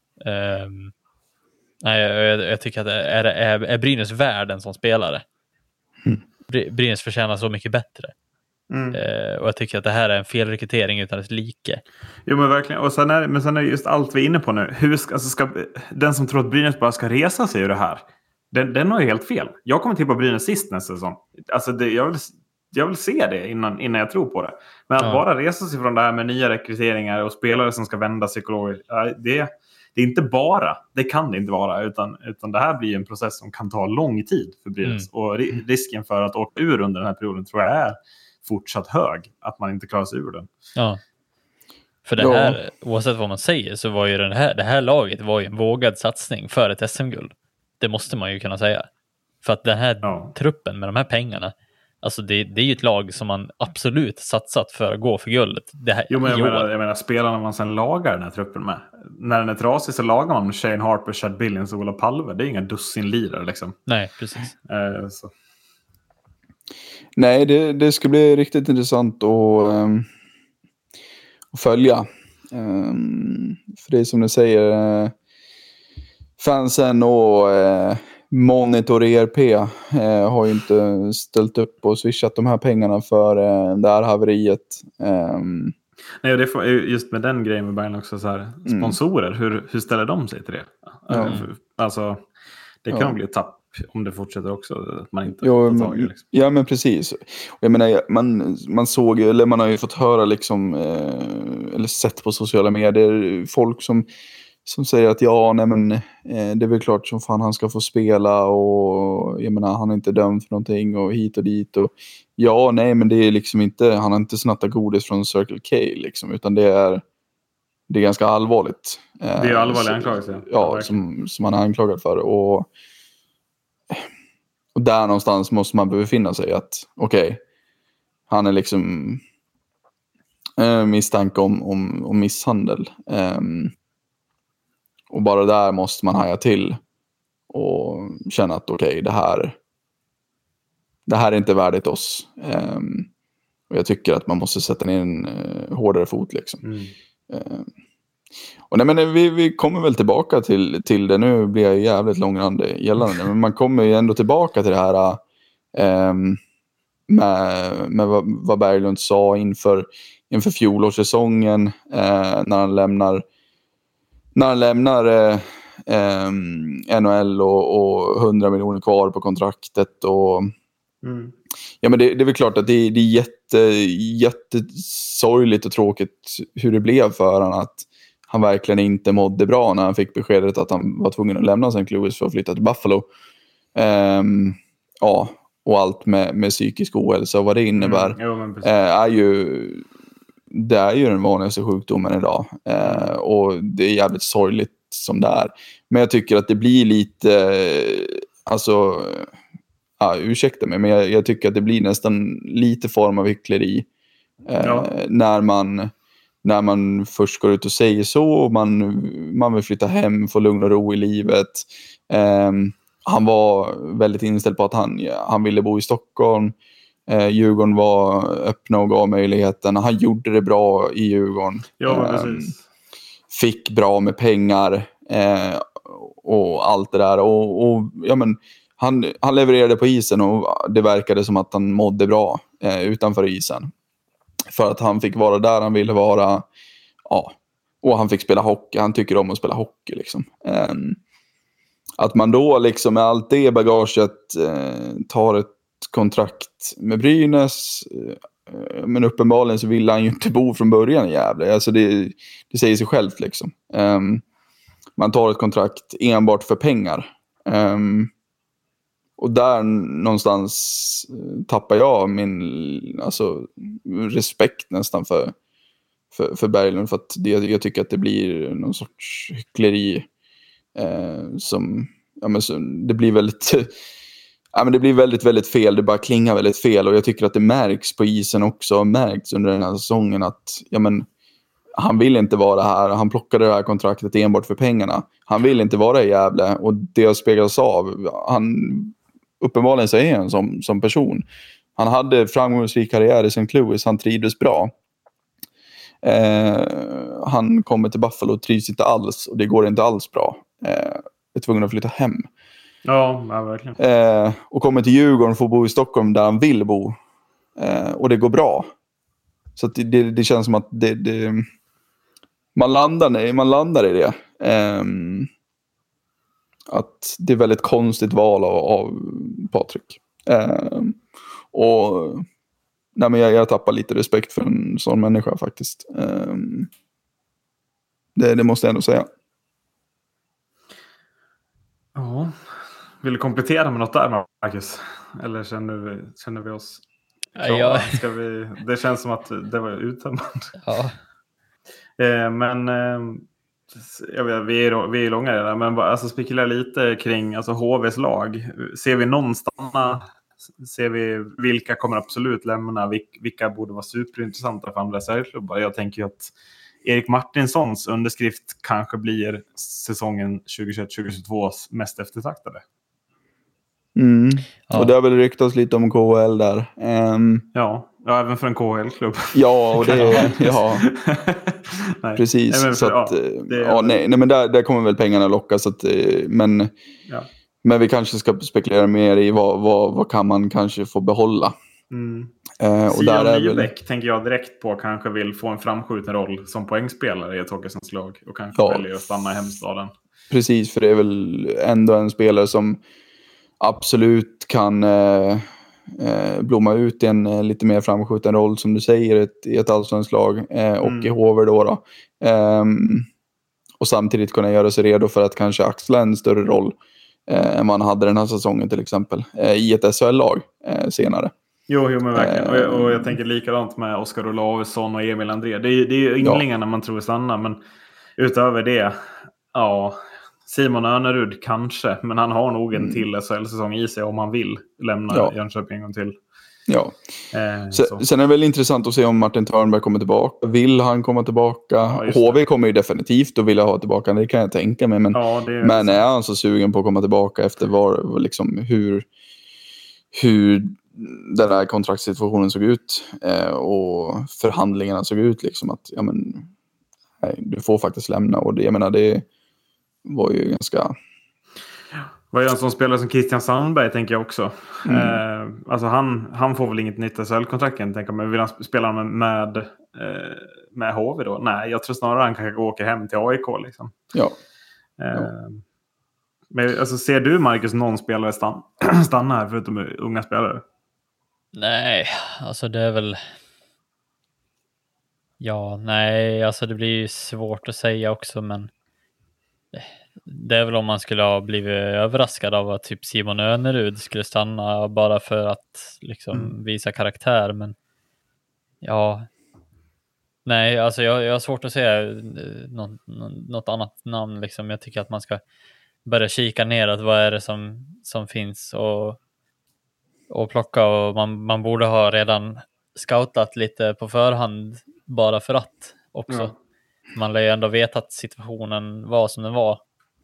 Jag tycker att är Brynäs värd en sån spelare. Brynäs förtjänar så mycket bättre. Och jag tycker att det här är en felrekrytering utan ett like. Jo men verkligen. Och sen är just allt vi är inne på nu. Ska den som tror att Brynäs bara ska resa sig ur det här. Den har ju helt fel. Jag kommer tippa Brynäs sist nästa säsong. Alltså jag vill se det innan jag tror på det. Men att bara resa sig från det här med nya rekryteringar och spelare som ska vända psykologiskt. Det är inte bara. Det kan det inte vara. Utan det här blir en process som kan ta lång tid för Brynäs. Och risken för att åka ur under den här perioden tror jag är fortsatt hög. Att man inte klarar sig ur den. Ja. För det här, oavsett vad man säger, så var ju det här laget var ju en vågad satsning för ett SM-guld. Det måste man ju kunna säga. För att den här truppen med de här pengarna, alltså det är ju ett lag som man absolut satsat för att gå för guldet. Jag menar spelarna man sen lagar den här truppen med. När den är trasig så lagar man Shane Harper, Chad Billings och Ola Palve. Det är inga dussinlirare liksom. Nej, precis. Så. Nej, det ska bli riktigt intressant att följa. För det är som du säger, fansen och Monitor ERP har ju inte ställt upp och swishat de här pengarna för det här haveriet. Nej, det får, just med den grejen med Bayern också så här, sponsorer, hur ställer de sig till det? Alltså, det kan bli ett tapp om det fortsätter också, att man inte tar tag i det, liksom. Ja, men precis. Jag menar, man såg, eller man har ju fått höra liksom, eller sett på sociala medier, folk som säger att det är väl klart som fan han ska få spela, och jag menar, han är inte dömd för någonting och hit och dit, och men det är liksom inte, han har inte snattat godis från Circle K liksom, utan det är ganska allvarligt. Det är allvarliga anklagelser. Ja, som han är anklagad för, och där någonstans måste man befinna sig, att okej, han är liksom misstanke om misshandel. Och bara där måste man haja till och känna att okej, det här är inte värdigt oss. Och jag tycker att man måste sätta ner en hårdare fot liksom. Och nej, men vi kommer väl tillbaka till det. Nu blir jag jävligt långrandig gällande, men man kommer ju ändå tillbaka till det här med vad Berglund sa inför fjolårssäsongen, när han lämnar NHL och 100 miljoner kvar på kontraktet, och ja, men det är väl klart att det är jättesorgligt och tråkigt hur det blev för han, att han verkligen inte mådde bra när han fick beskedet att han var tvungen att lämna St. Louis för att flytta till Buffalo. Och allt med psykisk ohälsa och vad det innebär det är ju den vanligaste sjukdomen idag. Och det är jävligt sorgligt som det är. Men jag tycker att det blir lite, alltså, ursäkta mig, men jag tycker att det blir nästan lite form av hyckleri när man först går ut och säger så, och man vill flytta hem, få lugn och ro i livet. Han var väldigt inställd på att han ville bo i Stockholm. Djurgården var öppna och gav möjligheten. Han gjorde det bra i Djurgården. Fick bra med pengar och allt det där. Och ja, men han levererade på isen, och det verkade som att han mådde bra utanför isen. För att han fick vara där han ville vara. Ja. Och han fick spela hockey. Han tycker om att spela hockey liksom. Att man då liksom med allt det bagaget tar ett kontrakt med Brynäs, men uppenbarligen så vill han ju inte bo från början i Gävle. Alltså det säger sig självt liksom. Man tar ett kontrakt enbart för pengar. Och där någonstans tappar jag min respekt nästan för Berglund, för att jag tycker att det blir någon sorts hyckleri som det blir väldigt det blir väldigt, väldigt fel. Det bara klingar väldigt fel, och jag tycker att det märks på isen också, märks under den här säsongen att han vill inte vara här. Han plockade det här kontraktet enbart för pengarna. Han vill inte vara i Gävle, och det speglas av. Uppenbarligen så är han som person. Han hade framgångsrik karriär i St. Louis. Han trivdes bra. Han kommer till Buffalo och trivs inte alls, och det går inte alls bra. Är tvungen att flytta hem. Ja, verkligen. Och kommer till Djurgården och får bo i Stockholm där han vill bo. Och det går bra. Så att det känns som att man landar i det. Att det är väldigt konstigt val av Patrik. Och nej, men jag tappar lite respekt för en sån människa faktiskt. Det måste jag ändå säga. Ja. Vill du komplettera med något där, Marcus? Eller känner vi oss klara? Det känns som att det var uttömmande. Ja. Men jag vet, vi är långa redan, men alltså spekulera lite kring alltså HVs lag. Ser vi någon stanna? Ser vi vilka kommer absolut lämna? Vilka borde vara superintressanta för andra särklubbar? Jag tänker ju att Erik Martinssons underskrift kanske blir säsongen 2021-2022 mest eftertraktade. Ja. Och det har väl ryktats lite om KHL där. Ja, även för en KHL-klubb. Ja, och det ja. Nej. Precis. Nej, så att, nej, men där kommer väl pengarna locka. Så att, men vi kanske ska spekulera mer i vad kan man kanske få behålla. Och där Nybeck tänker jag direkt på kanske vill få en framskjuten roll som poängspelare i ett Håkanssons lag. Och kanske väljer att stanna i hemstaden. Precis, för det är väl ändå en spelare som absolut kan blomma ut i en lite mer framskjuten roll som du säger i ett allsvenskt lag och i HV då. Och samtidigt kunna göra sig redo för att kanske axla en större roll än man hade den här säsongen till exempel i ett SHL-lag senare. Jo men verkligen. Och jag tänker likadant med Oskar Olausson och Emil André. Det är ju ynglingarna man tror stanna, men utöver det, Simon Önerud kanske, men han har nog en till SHL-säsong i sig om han vill lämna Jönköping en gång till. Ja. Sen är det väl intressant att se om Martin Törnberg kommer tillbaka. Vill han komma tillbaka? HV kommer ju definitivt att vilja ha tillbaka, det kan jag tänka mig. Men, men är han så sugen på att komma tillbaka efter hur den här kontraktssituationen såg ut och förhandlingarna såg ut liksom att du får faktiskt lämna, och det, jag menar det var ju ganska... Vad gör en sån spelare som Christian Sandberg tänker jag också. Alltså han får väl inget nytt SHL-kontrakt kan jag tänka mig. Vill han spela med HV då? Nej, jag tror snarare han kanske åker hem till AIK liksom. Ja. Men alltså, ser du Marcus någon spelare stanna här förutom unga spelare? Nej, alltså det är väl... alltså det blir ju svårt att säga också, men det är väl om man skulle ha blivit överraskad av att typ Simon Önerud skulle stanna bara för att liksom visa karaktär, men alltså jag har svårt att säga något annat namn liksom. Jag tycker att man ska börja kika neråt, vad är det som finns och plocka, och man borde ha redan scoutat lite på förhand bara för att också. Man lär ju ändå veta att situationen var som den var.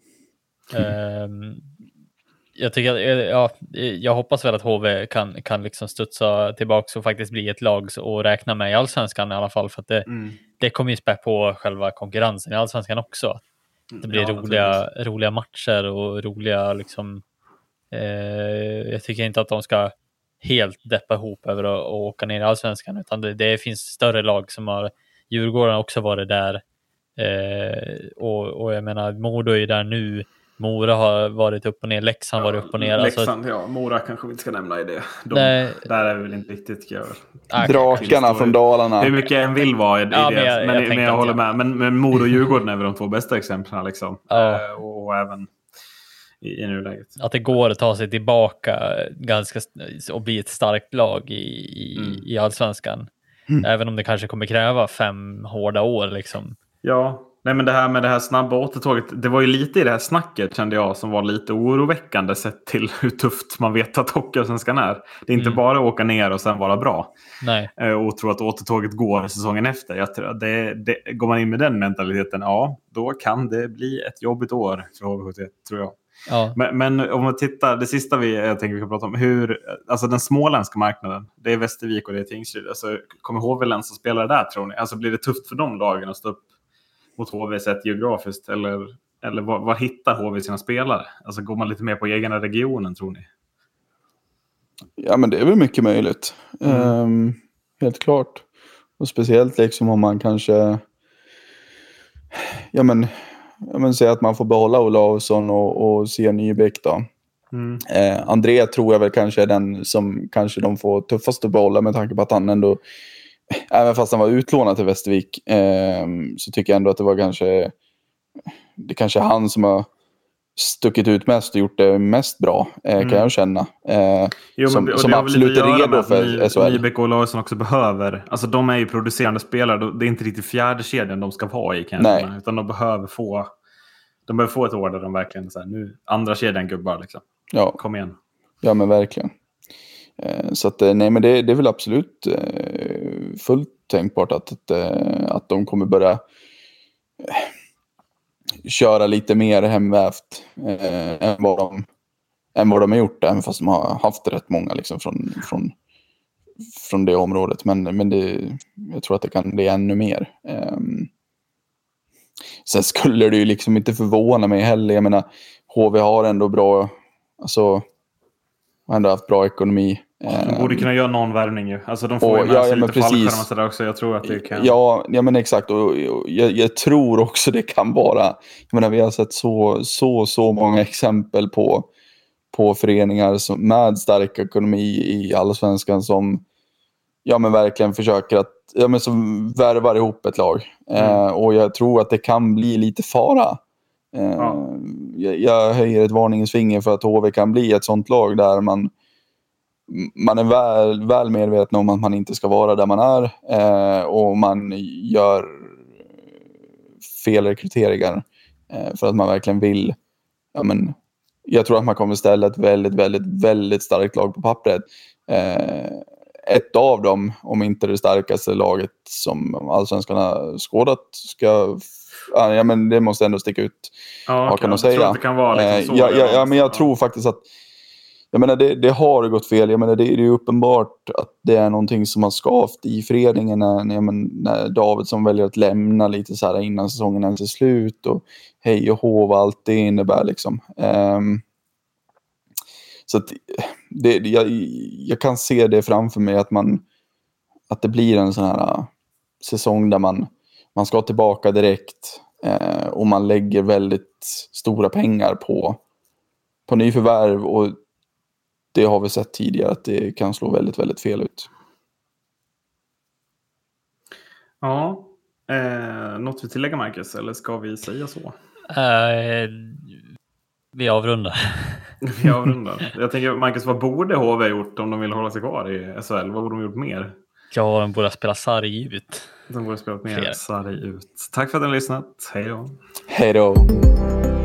Jag tycker jag hoppas väl att HV kan liksom studsa tillbaka och faktiskt bli ett lag och räkna med i Allsvenskan i alla fall, för att det kommer ju spä på själva konkurrensen i Allsvenskan också. Det blir roliga matcher och roliga liksom, jag tycker inte att de ska helt deppa ihop över att åka ner i Allsvenskan, utan det finns större lag som har, Djurgården också varit där, och jag menar Modo är där nu, Mora har varit upp och ner, Leksand varit upp och ner. Leksand, Mora kanske vi inte ska nämna i det. Där är vi väl inte riktigt Drakarna från Dalarna. Hur mycket en vill vara i det. Men jag håller med. Men Modo och Djurgården är väl de två bästa exemplen liksom. Och även i nuläget. Att det går att ta sig tillbaka och bli ett starkt lag i Allsvenskan. Även om det kanske kommer kräva 5 hårda år liksom. Ja. Nej, men det här med det här snabba återtåget, det var ju lite i det här snacket kände jag som var lite oroväckande sett till hur tufft man vet att Hockeyallsvenskan är. Det är inte bara att åka ner och sen vara bra. Nej. Och tro att återtåget går säsongen efter. Jag tror att går man in med den mentaliteten, då kan det bli ett jobbigt år för HV71, tror jag. Ja. Men om man tittar, det sista jag tänker vi kan prata om, alltså den småländska marknaden, det är Västervik och det är Tingsryd. Alltså, kommer HV-läns att spela där, tror ni? Alltså blir det tufft för de lagen att stå upp mot HV sett geografiskt, eller var hittar HV sina spelare? Alltså går man lite mer på egna regionen, tror ni? Ja, men det är väl mycket möjligt. Helt klart. Och speciellt liksom om man kanske... Ja, men säg att man får behålla Olausson och se Nybeck då. André tror jag väl kanske är den som kanske de får tuffast att behålla, med tanke på att han ändå, även fast han var utlånad till Västervik, så tycker jag ändå att det kanske är han som har stuckit ut mest och gjort det mest bra, kan jag känna. Som absolut är redo för SHL. Nybeck och Olausson också behöver, alltså de är ju producerande spelare, det är inte riktigt fjärde kedjan de ska vara i kanske, utan de behöver få ett år där de verkligen så här, nu andra kedjan gubbar liksom. Ja. Kom igen. Ja, men verkligen. Så att nej, men det är väl absolut fullt tänkbart att de kommer börja köra lite mer hemvävt än vad de har gjort, även fast de har haft rätt många liksom från det området, men jag tror att det kan bli ännu mer. Sen skulle det ju liksom inte förvåna mig heller. Jag menar, HV har ändå bra, alltså har ändå haft bra ekonomi. De borde kunna göra någon värvning ju. Alltså de får ju med sig lite fallskärmar och sådär också. Jag tror att det kan... Ja, men exakt. Och jag tror också det kan vara... Jag menar, vi har sett så många exempel på föreningar med stark ekonomi i Allsvenskan som verkligen försöker att... som värvar ihop ett lag. Och jag tror att det kan bli lite fara. Jag höjer ett varningens finger för att HV kan bli ett sånt lag där man är väl medveten om att man inte ska vara där man är, och man gör fel rekryteringar för att man verkligen vill. Jag tror att man kommer ställa ett väldigt, väldigt, väldigt starkt lag på pappret. Ett av dem, om inte det starkaste laget som Allsvenskan har skådat, men det måste ändå sticka ut. Ja, kan jag säga. tror att det kan vara liksom så. Men jag tror faktiskt att det har gått fel. Jag menar, det är uppenbart att det är någonting som har skavt i föreningen när Davidsson väljer att lämna lite så här innan säsongen ens är slut, och hej och hå vad allt det innebär liksom. Så att jag kan se det framför mig att det blir en sån här säsong där man ska tillbaka direkt, och man lägger väldigt stora pengar på nyförvärv, och det har vi sett tidigare att det kan slå väldigt, väldigt fel ut. Ja, något vi tillägger, Marcus, eller ska vi säga så? Vi avrundar. Jag tänker, Marcus, vad borde HV gjort om de vill hålla sig kvar i SHL? Vad borde de gjort mer? Ja, de borde spela sarg ut. De borde spela mer sarg ut. Tack för att ni har lyssnat. Hej då. Hej då.